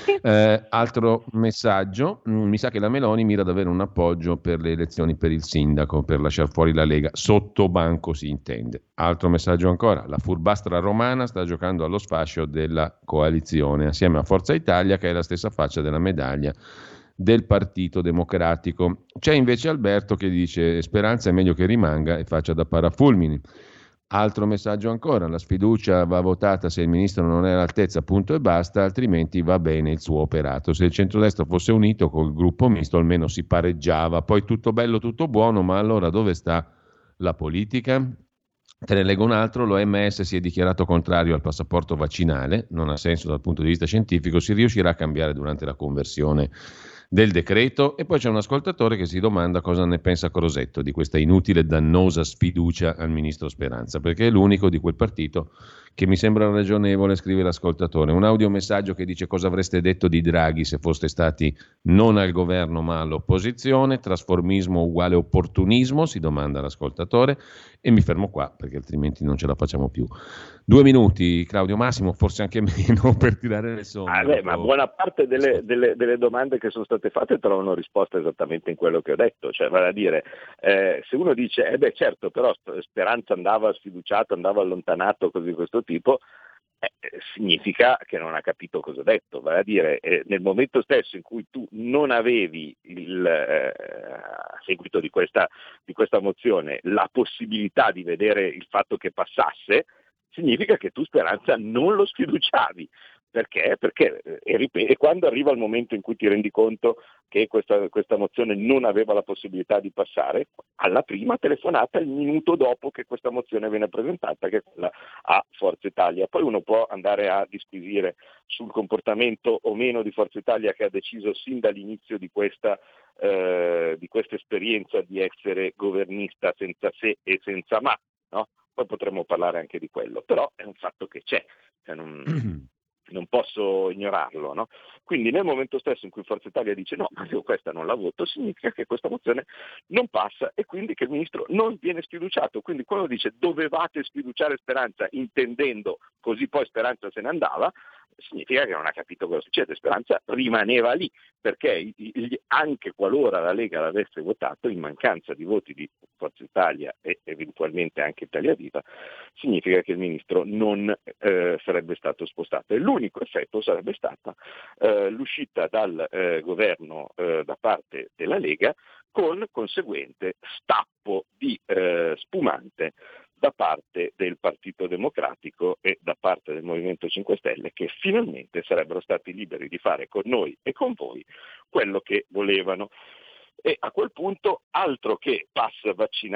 Speaker 2: eh, altro messaggio, mm, mi sa che la Meloni mira ad avere un appoggio per le elezioni per il sindaco, per lasciar fuori la Lega, sotto banco si intende. Altro messaggio ancora, la furbastra romana sta giocando allo sfascio della coalizione assieme a Forza Italia, che è la stessa faccia della medaglia del Partito Democratico. C'è invece Alberto che dice Speranza è meglio che rimanga e faccia da parafulmini. Altro messaggio ancora, la sfiducia va votata se il ministro non è all'altezza, punto e basta, altrimenti va bene il suo operato. Se il centrodestra fosse unito col gruppo misto almeno si pareggiava, poi tutto bello, tutto buono, ma allora dove sta la politica? Te ne leggo un altro, l'O M S si è dichiarato contrario al passaporto vaccinale, non ha senso dal punto di vista scientifico, si riuscirà a cambiare durante la conversione del decreto. E poi c'è un ascoltatore che si domanda cosa ne pensa Crosetto di questa inutile, dannosa sfiducia al ministro Speranza, perché è l'unico di quel partito che mi sembra ragionevole, scrive l'ascoltatore. Un audiomessaggio che dice cosa avreste detto di Draghi se foste stati non al governo ma all'opposizione, trasformismo uguale opportunismo, si domanda l'ascoltatore, e mi fermo qua perché altrimenti non ce la facciamo più. Due minuti, Claudio Massimo, forse anche meno, per tirare le somme.
Speaker 3: Ah, beh, ma buona parte delle, delle, delle domande che sono state fatte trovano risposta esattamente in quello che ho detto, cioè vale a dire, eh, se uno dice, eh beh certo, però Speranza andava sfiduciato, andava allontanato, così di questo tipo, eh, significa che non ha capito cosa ho detto, vale a dire, eh, nel momento stesso in cui tu non avevi il, eh, a seguito di questa, di questa mozione la possibilità di vedere il fatto che passasse, significa che tu Speranza non lo sfiduciavi. Perché? Perché e, ripeto, e quando arriva il momento in cui ti rendi conto che questa, questa mozione non aveva la possibilità di passare, alla prima telefonata, il minuto dopo che questa mozione viene presentata, che è quella a Forza Italia. Poi uno può andare a disquisire sul comportamento o meno di Forza Italia, che ha deciso sin dall'inizio di questa, eh, di questa esperienza di essere governista senza se e senza ma, no? Poi potremmo parlare anche di quello, però è un fatto che c'è, cioè non, non posso ignorarlo, no? Quindi nel momento stesso in cui Forza Italia dice no, ma io questa non la voto, significa che questa mozione non passa e quindi che il ministro non viene sfiduciato. Quindi quando dice dovevate sfiduciare Speranza, intendendo così poi Speranza se ne andava, significa che non ha capito cosa succede. Speranza rimaneva lì, perché anche qualora la Lega l'avesse votato, in mancanza di voti di Forza Italia e eventualmente anche Italia Viva, significa che il ministro non eh, sarebbe stato spostato. E l'unico effetto sarebbe stata eh, l'uscita dal eh, governo eh, da parte della Lega, con conseguente stappo di eh, spumante da parte del Partito Democratico e da parte del Movimento cinque Stelle, che finalmente sarebbero stati liberi di fare con noi e con voi quello che volevano. E a quel punto altro che pass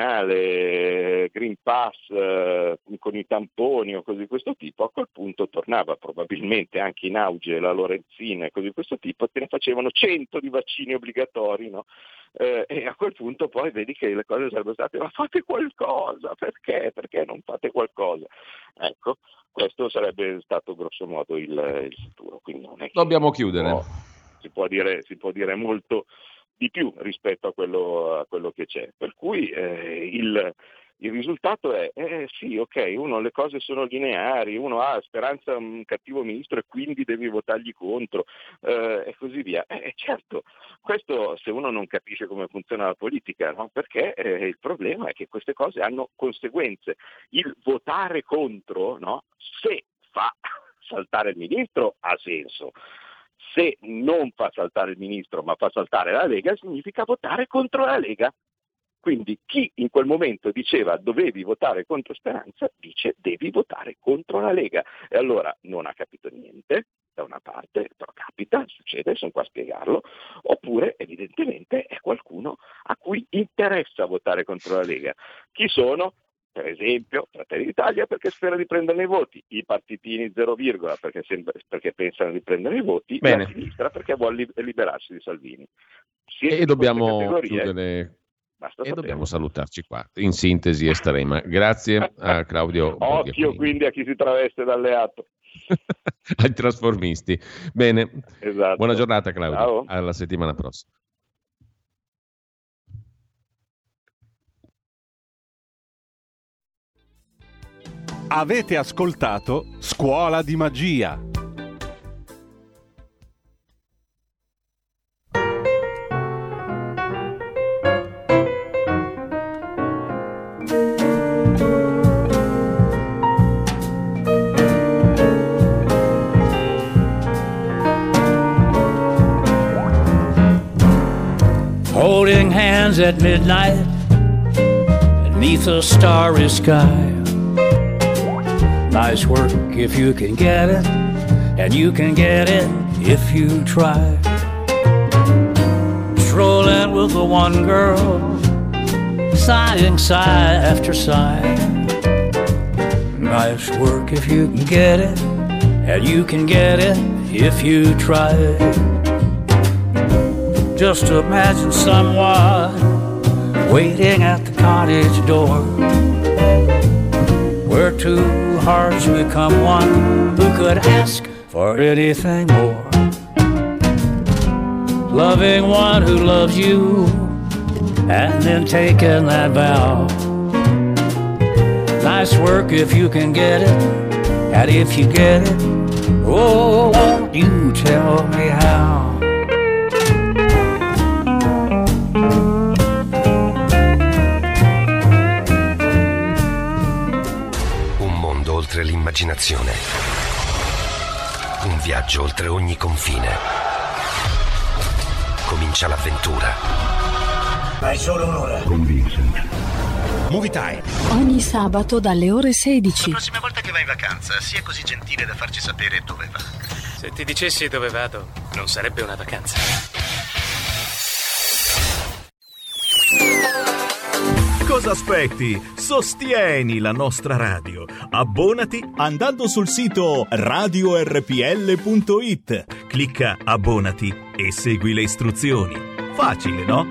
Speaker 3: vaccinale, Green Pass eh, con i tamponi o cose di questo tipo, a quel punto tornava probabilmente anche in auge la Lorenzina e cose di questo tipo, te ne facevano cento di vaccini obbligatori, no? eh, e a quel punto poi vedi che le cose sarebbero state: ma fate qualcosa, perché? Perché non fate qualcosa? Ecco, questo sarebbe stato grosso modo il, il futuro. Quindi non è che
Speaker 2: dobbiamo chiudere.
Speaker 3: Si può, si può dire, si può dire molto di più rispetto a quello, a quello che c'è. Per cui eh, il, il risultato è, eh, sì, ok, uno, le cose sono lineari, uno ha Speranza un cattivo ministro e quindi devi votargli contro, eh, e così via. Eh, certo, questo se uno non capisce come funziona la politica, no? Perché eh, il problema è che queste cose hanno conseguenze. Il votare contro, no? Se fa saltare il ministro ha senso. Se non fa saltare il ministro ma fa saltare la Lega, significa votare contro la Lega. Quindi chi in quel momento diceva dovevi votare contro Speranza, dice devi votare contro la Lega. E allora non ha capito niente, da una parte, però capita, succede, sono qua a spiegarlo, oppure evidentemente è qualcuno a cui interessa votare contro la Lega. Chi sono? Per esempio Fratelli d'Italia, perché spera di prendere i voti, i partitini zero virgola perché, sembra, perché pensano di prendere i voti,
Speaker 2: Bene.
Speaker 3: La sinistra perché vuole liberarsi di Salvini. Siete
Speaker 2: E dobbiamo
Speaker 3: categorie,
Speaker 2: chiudere
Speaker 3: basta
Speaker 2: e
Speaker 3: sapere.
Speaker 2: dobbiamo salutarci qua, in sintesi estrema. Grazie a Claudio
Speaker 3: Occhio
Speaker 2: Borghi.
Speaker 3: quindi a chi si traveste da alleato.
Speaker 2: Ai trasformisti. Bene,
Speaker 3: Esatto.
Speaker 2: Buona giornata Claudio,
Speaker 3: Ciao.
Speaker 2: alla settimana prossima.
Speaker 1: Avete ascoltato Scuola di Magia.
Speaker 6: Holding hands at midnight beneath a starry sky. Nice work if you can get it, and you can get it if you try. Strolling with the one girl, sighing sigh after sigh. Nice work if you can get it, and you can get it if you try. Just imagine someone waiting at the cottage door, where two hearts become one. Who could ask for anything more? Loving one who loves you, and then taking that vow. Nice work if you can get it, and if you get it, oh, won't you tell me how?
Speaker 7: Oltre l'immaginazione, un viaggio oltre ogni confine. Comincia l'avventura.
Speaker 8: Hai solo un'ora
Speaker 7: con Vincent.
Speaker 8: Movie Time.
Speaker 9: Ogni sabato dalle ore sedici.
Speaker 8: La prossima volta che vai in vacanza, sia così gentile da farci sapere dove va.
Speaker 10: Se ti dicessi dove vado, non sarebbe una vacanza.
Speaker 5: Cosa aspetti? Sostieni la nostra radio. Abbonati andando sul sito radio erre pi elle punto it. Clicca abbonati e segui le istruzioni. Facile, no?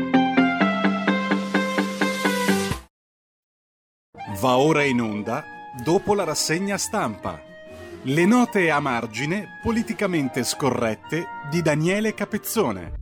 Speaker 1: Va ora in onda dopo la rassegna stampa. Le note a margine politicamente scorrette di Daniele Capezzone.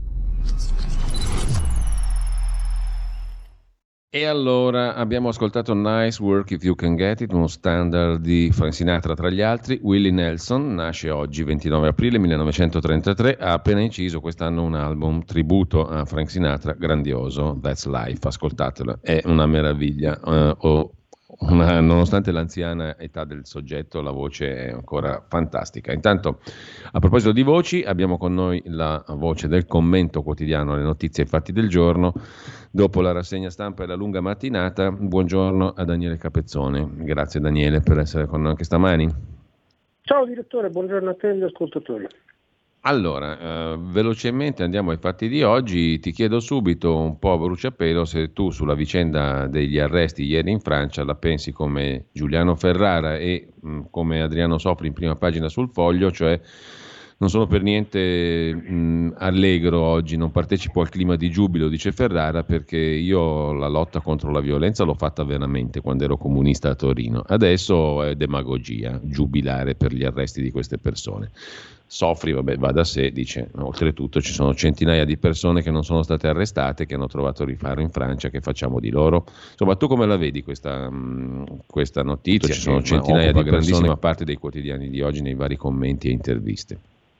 Speaker 2: E allora abbiamo ascoltato Nice Work If You Can Get It, uno standard di Frank Sinatra tra gli altri. Willie Nelson nasce oggi, ventinove aprile millenovecentotrentatré, ha appena inciso quest'anno un album tributo a Frank Sinatra, grandioso, That's Life, ascoltatelo, è una meraviglia. Uh, oh, una, nonostante l'anziana età del soggetto, la voce è ancora fantastica. Intanto, a proposito di voci, abbiamo con noi la voce del commento quotidiano alle notizie e fatti del giorno. Dopo la rassegna stampa e la lunga mattinata, buongiorno a Daniele Capezzone. Grazie Daniele per essere con noi anche stamani.
Speaker 11: Ciao direttore, buongiorno a te e agli ascoltatori.
Speaker 2: Allora, eh, velocemente andiamo ai fatti di oggi. Ti chiedo subito, un po' a bruciapelo, se tu sulla vicenda degli arresti ieri in Francia la pensi come Giuliano Ferrara e mh, come Adriano Sopri in prima pagina sul Foglio, cioè Non sono per niente mh, allegro oggi, non partecipo al clima di giubilo, dice Ferrara, perché io la lotta contro la violenza l'ho fatta veramente quando ero comunista a Torino. Adesso è demagogia giubilare per gli arresti di queste persone. Sofri, vabbè, va da sé, dice, no, oltretutto ci sono centinaia di persone che non sono state arrestate, che hanno trovato rifaro in Francia, che facciamo di loro? Insomma, tu come la vedi questa, mh, questa notizia? Ci sono centinaia di persone, ma parte dei quotidiani di oggi nei vari commenti e interviste.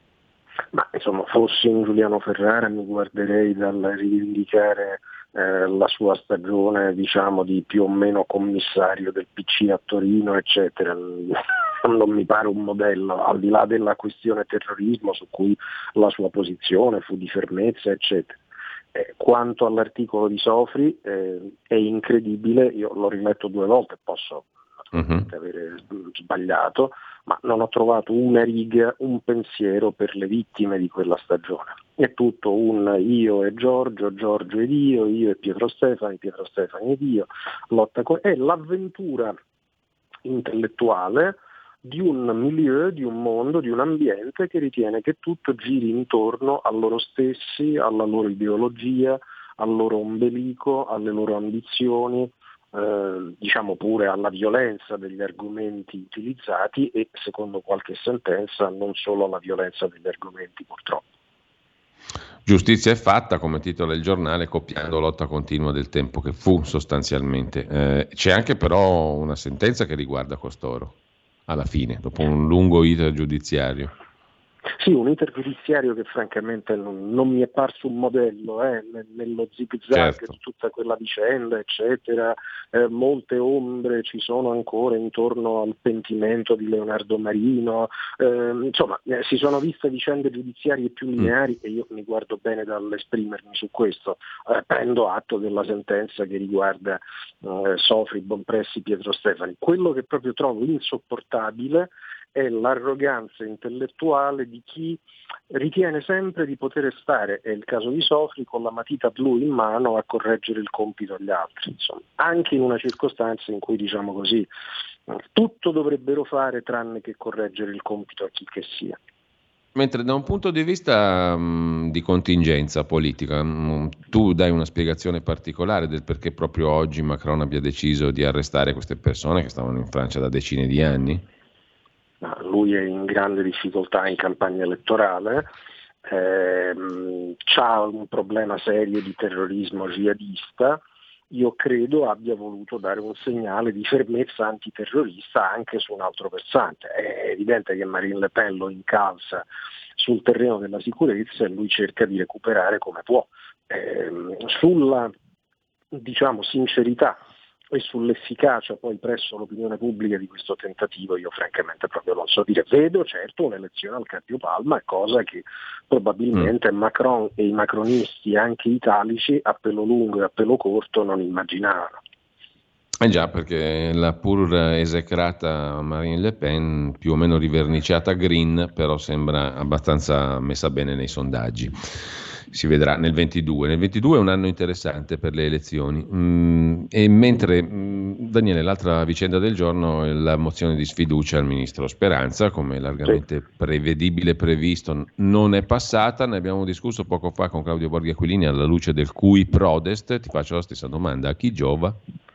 Speaker 11: Ma insomma, fossi un Giuliano Ferrara mi guarderei dal rivendicare eh, la sua stagione, diciamo, di più o meno commissario del P C a Torino, eccetera. Non mi pare un modello, al di là della questione terrorismo, su cui la sua posizione fu di fermezza, eccetera. Eh, quanto all'articolo di Sofri, eh, è incredibile, io l'ho riletto due volte, posso naturalmente uh-huh. avere sbagliato, ma non ho trovato una riga, un pensiero per le vittime di quella stagione. È tutto un io e Giorgio, Giorgio ed io, io e Pietro Stefani, Pietro Stefani ed io, lotta co- è l'avventura intellettuale di un milieu, di un mondo, di un ambiente che ritiene che tutto giri intorno a loro stessi, alla loro ideologia, al loro ombelico, alle loro ambizioni, eh, diciamo pure alla violenza degli argomenti utilizzati e, secondo qualche sentenza, non solo alla violenza degli argomenti, purtroppo.
Speaker 2: Giustizia è fatta, come titola il giornale, copiando lotta continua del tempo che fu sostanzialmente. Eh, c'è anche però una sentenza che riguarda costoro, alla fine, dopo un lungo iter giudiziario.
Speaker 11: Sì, un iter giudiziario che francamente non, non mi è parso un modello, eh, nello zig-zag certo. di tutta quella vicenda, eccetera. Eh, molte ombre ci sono ancora intorno al pentimento di Leonardo Marino, eh, insomma eh, si sono viste vicende giudiziarie più lineari mm. e io mi guardo bene dall'esprimermi su questo. Eh, prendo atto della sentenza che riguarda eh, Sofri, Bonpressi, Pietro Stefani. Quello che proprio trovo insopportabile è l'arroganza intellettuale di chi ritiene sempre di poter stare, è il caso di Sofri, con la matita blu in mano a correggere il compito agli altri, insomma, anche in una circostanza in cui, diciamo così, tutto dovrebbero fare tranne che correggere il compito a chi che sia.
Speaker 2: Mentre da un punto di vista mh, di contingenza politica, mh, tu dai una spiegazione particolare del perché proprio oggi Macron abbia deciso di arrestare queste persone che stavano in Francia da decine di anni?
Speaker 11: Lui è in grande difficoltà in campagna elettorale, ehm, c'ha un problema serio di terrorismo jihadista. Io credo abbia voluto dare un segnale di fermezza antiterrorista anche su un altro versante. È evidente che Marine Le Pen lo incalza sul terreno della sicurezza e lui cerca di recuperare come può. Ehm, sulla, diciamo, sincerità e sull'efficacia poi presso l'opinione pubblica di questo tentativo io francamente proprio non so dire. Vedo certo un'elezione al cardiopalma, cosa che probabilmente mm. Macron e i macronisti anche italici a pelo lungo e a pelo corto non immaginavano.
Speaker 2: Eh già, perché la pur esecrata Marine Le Pen, più o meno riverniciata green, però sembra abbastanza messa bene nei sondaggi. Si vedrà nel ventidue. Nel ventidue è un anno interessante per le elezioni. Mm, e mentre, mm, Daniele, l'altra vicenda del giorno è la mozione di sfiducia al ministro Speranza, come largamente sì. prevedibile e previsto, non è passata. Ne abbiamo discusso poco fa con Claudio Borghi Aquilini alla luce del cui prodest. Ti faccio la stessa domanda: a chi giova?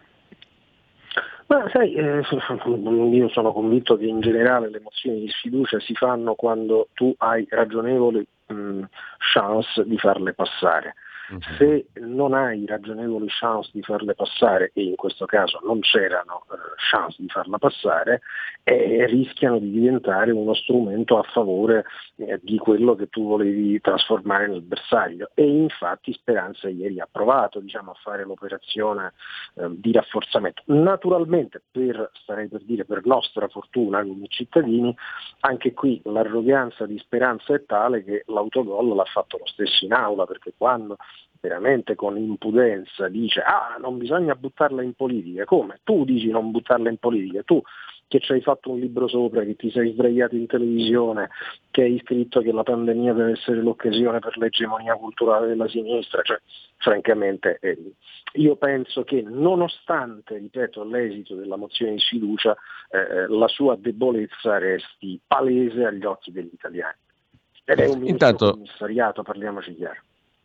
Speaker 11: Ma sai, eh, io sono convinto che in generale le mozioni di sfiducia si fanno quando tu hai ragionevoli mh, chance di farle passare. Uh-huh. Se non hai ragionevoli chance di farle passare, e in questo caso non c'erano eh, chance di farla passare, eh, rischiano di diventare uno strumento a favore eh, di quello che tu volevi trasformare nel bersaglio. E infatti Speranza ieri ha provato, diciamo, a fare l'operazione eh, di rafforzamento. Naturalmente, per, starei per dire, per nostra fortuna come cittadini, anche qui l'arroganza di Speranza è tale che l'autogol l'ha fatto lo stesso in aula, perché quando veramente con impudenza dice ah non bisogna buttarla in politica, come? Tu dici non buttarla in politica, tu che ci hai fatto un libro sopra, che ti sei sdraiato in televisione, che hai scritto che la pandemia deve essere l'occasione per l'egemonia culturale della sinistra, cioè francamente eh, io penso che nonostante, ripeto, l'esito della mozione di sfiducia, eh, la sua debolezza resti palese agli occhi degli italiani. Ed è un ministro
Speaker 2: Intanto,
Speaker 11: commissariato, parliamoci chiaro.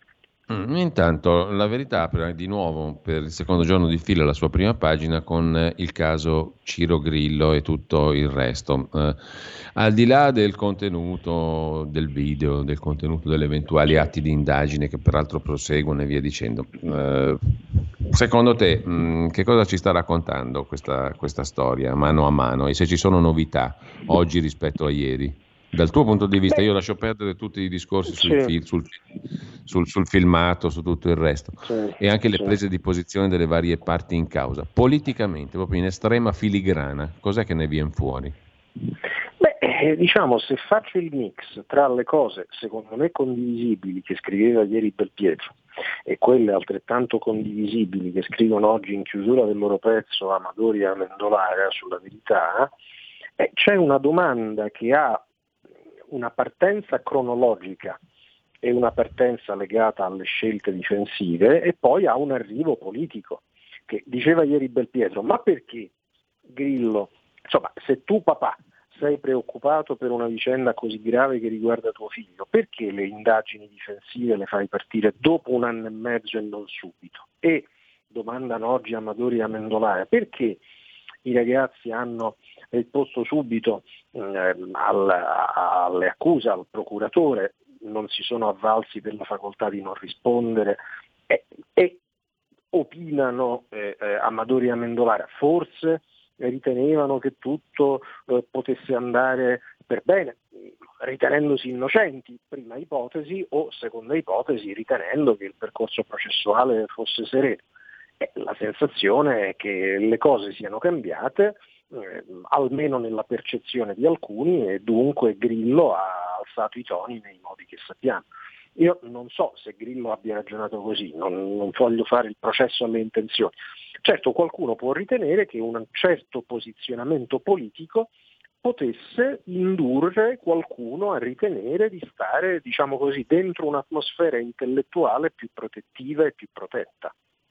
Speaker 2: Intanto la Verità apre di nuovo per il secondo giorno di fila la sua prima pagina con il caso Ciro Grillo e tutto il resto. Eh, al di là del contenuto del video, del contenuto degli eventuali atti di indagine che peraltro proseguono e via dicendo, eh, secondo te mh, che cosa ci sta raccontando questa, questa storia mano a mano e se ci sono novità oggi rispetto a ieri? Dal tuo punto di vista, io lascio perdere tutti i discorsi sul,
Speaker 11: sì.
Speaker 2: fil, sul, sul, sul filmato, su tutto il resto,
Speaker 11: sì,
Speaker 2: e anche le
Speaker 11: sì.
Speaker 2: prese di posizione delle varie parti in causa. Politicamente, proprio in estrema filigrana, cos'è che ne viene fuori?
Speaker 11: Beh, eh, diciamo, se faccio il mix tra le cose, secondo me, condivisibili che scriveva ieri Belpietro e quelle altrettanto condivisibili che scrivono oggi in chiusura del loro pezzo Amadori e Amendolara sulla Verità, eh, c'è una domanda che ha una partenza cronologica e una partenza legata alle scelte difensive e poi ha un arrivo politico, che diceva ieri Belpietro, ma perché Grillo, insomma, se tu papà sei preoccupato per una vicenda così grave che riguarda tuo figlio, perché le indagini difensive le fai partire dopo un anno e mezzo e non subito? E domandano oggi Amadori e Amendolara, perché i ragazzi hanno risposto subito eh, al, alle accuse, al procuratore, non si sono avvalsi della facoltà di non rispondere e, e opinano eh, eh, Amadori e Amendolara, forse ritenevano che tutto eh, potesse andare per bene, ritenendosi innocenti, prima ipotesi, o seconda ipotesi, ritenendo che il percorso processuale fosse sereno. Eh, la sensazione è che le cose siano cambiate, eh, almeno nella percezione di alcuni, e dunque Grillo ha alzato i toni nei modi che sappiamo. Io non so se Grillo abbia ragionato così, non, non voglio fare il processo alle intenzioni. Certo, qualcuno può ritenere che un certo posizionamento politico potesse indurre qualcuno a ritenere di stare, diciamo così, dentro un'atmosfera intellettuale più protettiva e più protetta.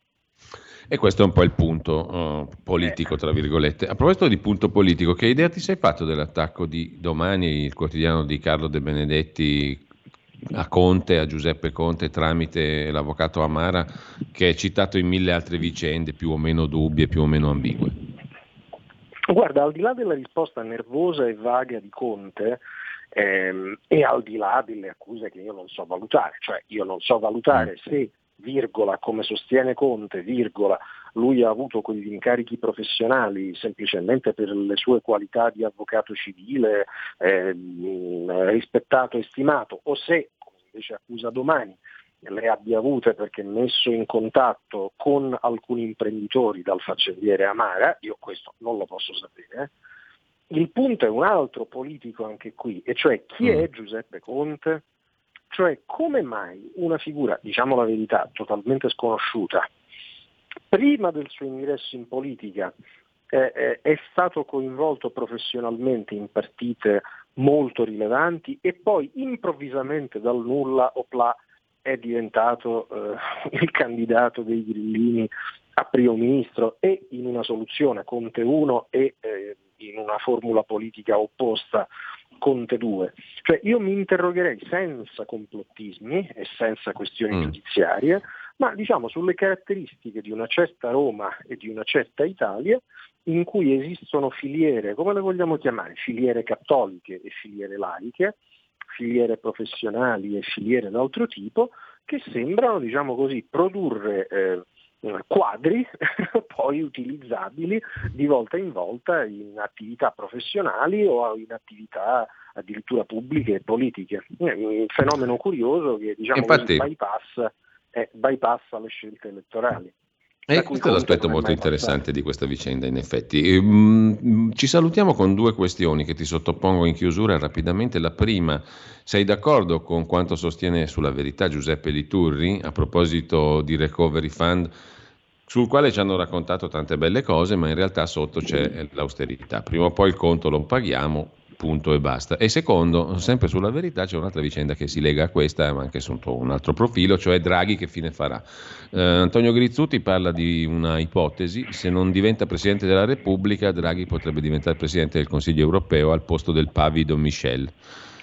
Speaker 2: E questo è un po' il punto uh, politico, tra virgolette. A proposito di punto politico, che idea ti sei fatto dell'attacco di Domani, il quotidiano di Carlo De Benedetti, a Conte, a Giuseppe Conte, tramite l'avvocato Amara, che è citato in mille altre vicende più o meno dubbie, più o meno ambigue?
Speaker 11: Guarda, al di là della risposta nervosa e vaga di Conte, ehm, e al di là delle accuse che io non so valutare, cioè io non so valutare mm. se, virgola, come sostiene Conte, virgola, lui ha avuto quegli incarichi professionali semplicemente per le sue qualità di avvocato civile, eh, rispettato e stimato, o se, come invece accusa Domani, le abbia avute perché messo in contatto con alcuni imprenditori dal faccendiere Amara, io questo non lo posso sapere. Il punto è un altro politico anche qui, e cioè chi è Giuseppe Conte? Cioè come mai una figura, diciamo la verità, totalmente sconosciuta, prima del suo ingresso in politica eh, eh, è stato coinvolto professionalmente in partite molto rilevanti e poi improvvisamente dal nulla opla è diventato eh, il candidato dei grillini a primo ministro e in una soluzione Conte uno e eh, in una formula politica opposta Conte due. Cioè io mi interrogherei senza complottismi e senza questioni mm. giudiziarie, ma diciamo sulle caratteristiche di una certa Roma e di una certa Italia in cui esistono filiere, come le vogliamo chiamare, filiere cattoliche e filiere laiche, filiere professionali e filiere d'altro tipo, che sembrano, diciamo così, produrre eh, quadri poi utilizzabili di volta in volta in attività professionali o in attività addirittura pubbliche e politiche. Un fenomeno curioso che, diciamo,
Speaker 2: Infatti,
Speaker 11: così, bypass, eh, bypassa le scelte elettorali.
Speaker 2: E questo è l'aspetto molto interessante di questa vicenda, in effetti. Mm, ci salutiamo con due questioni che ti sottopongo in chiusura rapidamente. La prima, sei d'accordo con quanto sostiene sulla Verità Giuseppe Liturri a proposito di Recovery Fund, sul quale ci hanno raccontato tante belle cose, ma in realtà sotto c'è l'austerità. Prima o poi il conto lo paghiamo, punto e basta. E secondo, sempre sulla Verità c'è un'altra vicenda che si lega a questa, ma anche sotto un altro profilo, cioè Draghi che fine farà. Eh, Antonio Grizzuti parla di una ipotesi: se non diventa Presidente della Repubblica, Draghi potrebbe diventare Presidente del Consiglio europeo al posto del pavido Michel.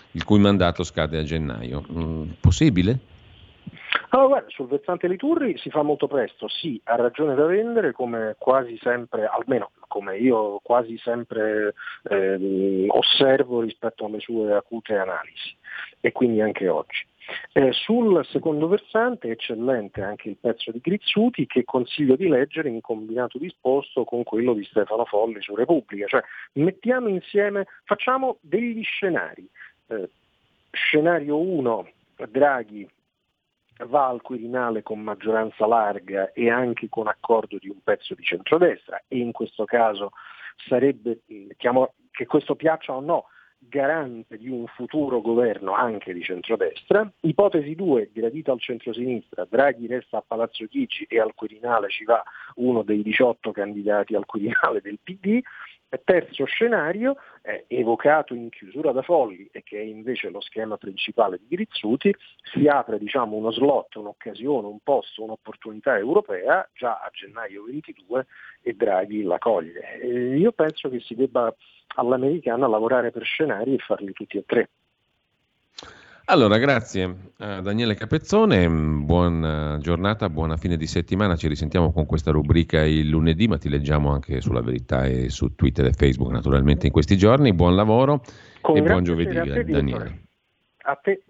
Speaker 2: il cui mandato scade a gennaio. Mm, possibile?
Speaker 11: Allora, guarda, sul versante Liturri si fa molto presto, sì, ha ragione da vendere, come quasi sempre, almeno come io quasi sempre eh, osservo rispetto alle sue acute analisi, e quindi anche oggi. Eh, sul secondo versante è eccellente anche il pezzo di Grizzuti, che consiglio di leggere in combinato disposto con quello di Stefano Folli su Repubblica, cioè mettiamo insieme, facciamo degli scenari. Eh, scenario uno, Draghi va al Quirinale con maggioranza larga e anche con accordo di un pezzo di centrodestra, e in questo caso sarebbe, diciamo, che questo piaccia o no, garante di un futuro governo anche di centrodestra. Ipotesi due, gradita al centrosinistra, Draghi resta a Palazzo Chigi e al Quirinale ci va uno dei diciotto candidati al Quirinale del P D. Terzo scenario, eh, evocato in chiusura da Folli e che è invece lo schema principale di Grizzuti, si apre diciamo uno slot, un'occasione, un posto, un'opportunità europea già a gennaio ventidue e Draghi la coglie. E io penso che si debba all'americana lavorare per scenari e farli tutti e tre.
Speaker 2: Allora, grazie a Daniele Capezzone, buona giornata, buona fine di settimana, ci risentiamo con questa rubrica il lunedì, ma ti leggiamo anche sulla Verità e su Twitter e Facebook naturalmente in questi giorni. Buon lavoro con e buon giovedì, a te, Daniele.
Speaker 11: A te.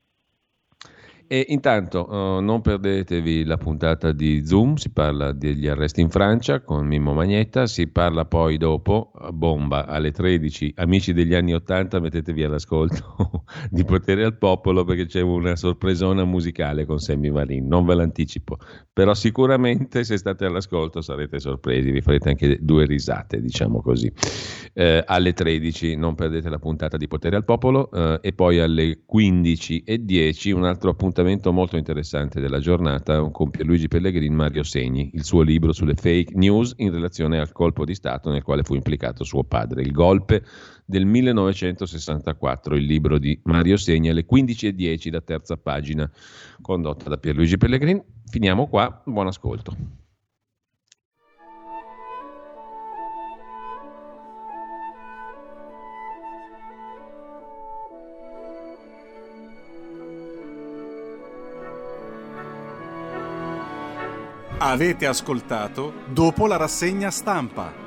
Speaker 2: E intanto uh, non perdetevi la puntata di Zoom, si parla degli arresti in Francia con Mimmo Magnetta, si parla poi dopo, bomba, alle tredici, amici degli anni ottanta, mettetevi all'ascolto di Potere al Popolo perché c'è una sorpresona musicale con Sammy Varin, non ve l'anticipo, però sicuramente se state all'ascolto sarete sorpresi, vi farete anche due risate, diciamo così. Eh, alle tredici non perdete la puntata di Potere al Popolo eh, e poi alle quindici e dieci un altro appuntamento molto interessante della giornata con Pierluigi Pellegrin, Mario Segni, il suo libro sulle fake news in relazione al colpo di Stato nel quale fu implicato suo padre, il golpe del millenovecentosessantaquattro, il libro di Mario Segni alle quindici e dieci, la terza pagina, condotta da Pierluigi Pellegrin. Finiamo qua, buon ascolto.
Speaker 1: Avete ascoltato Dopo la rassegna stampa,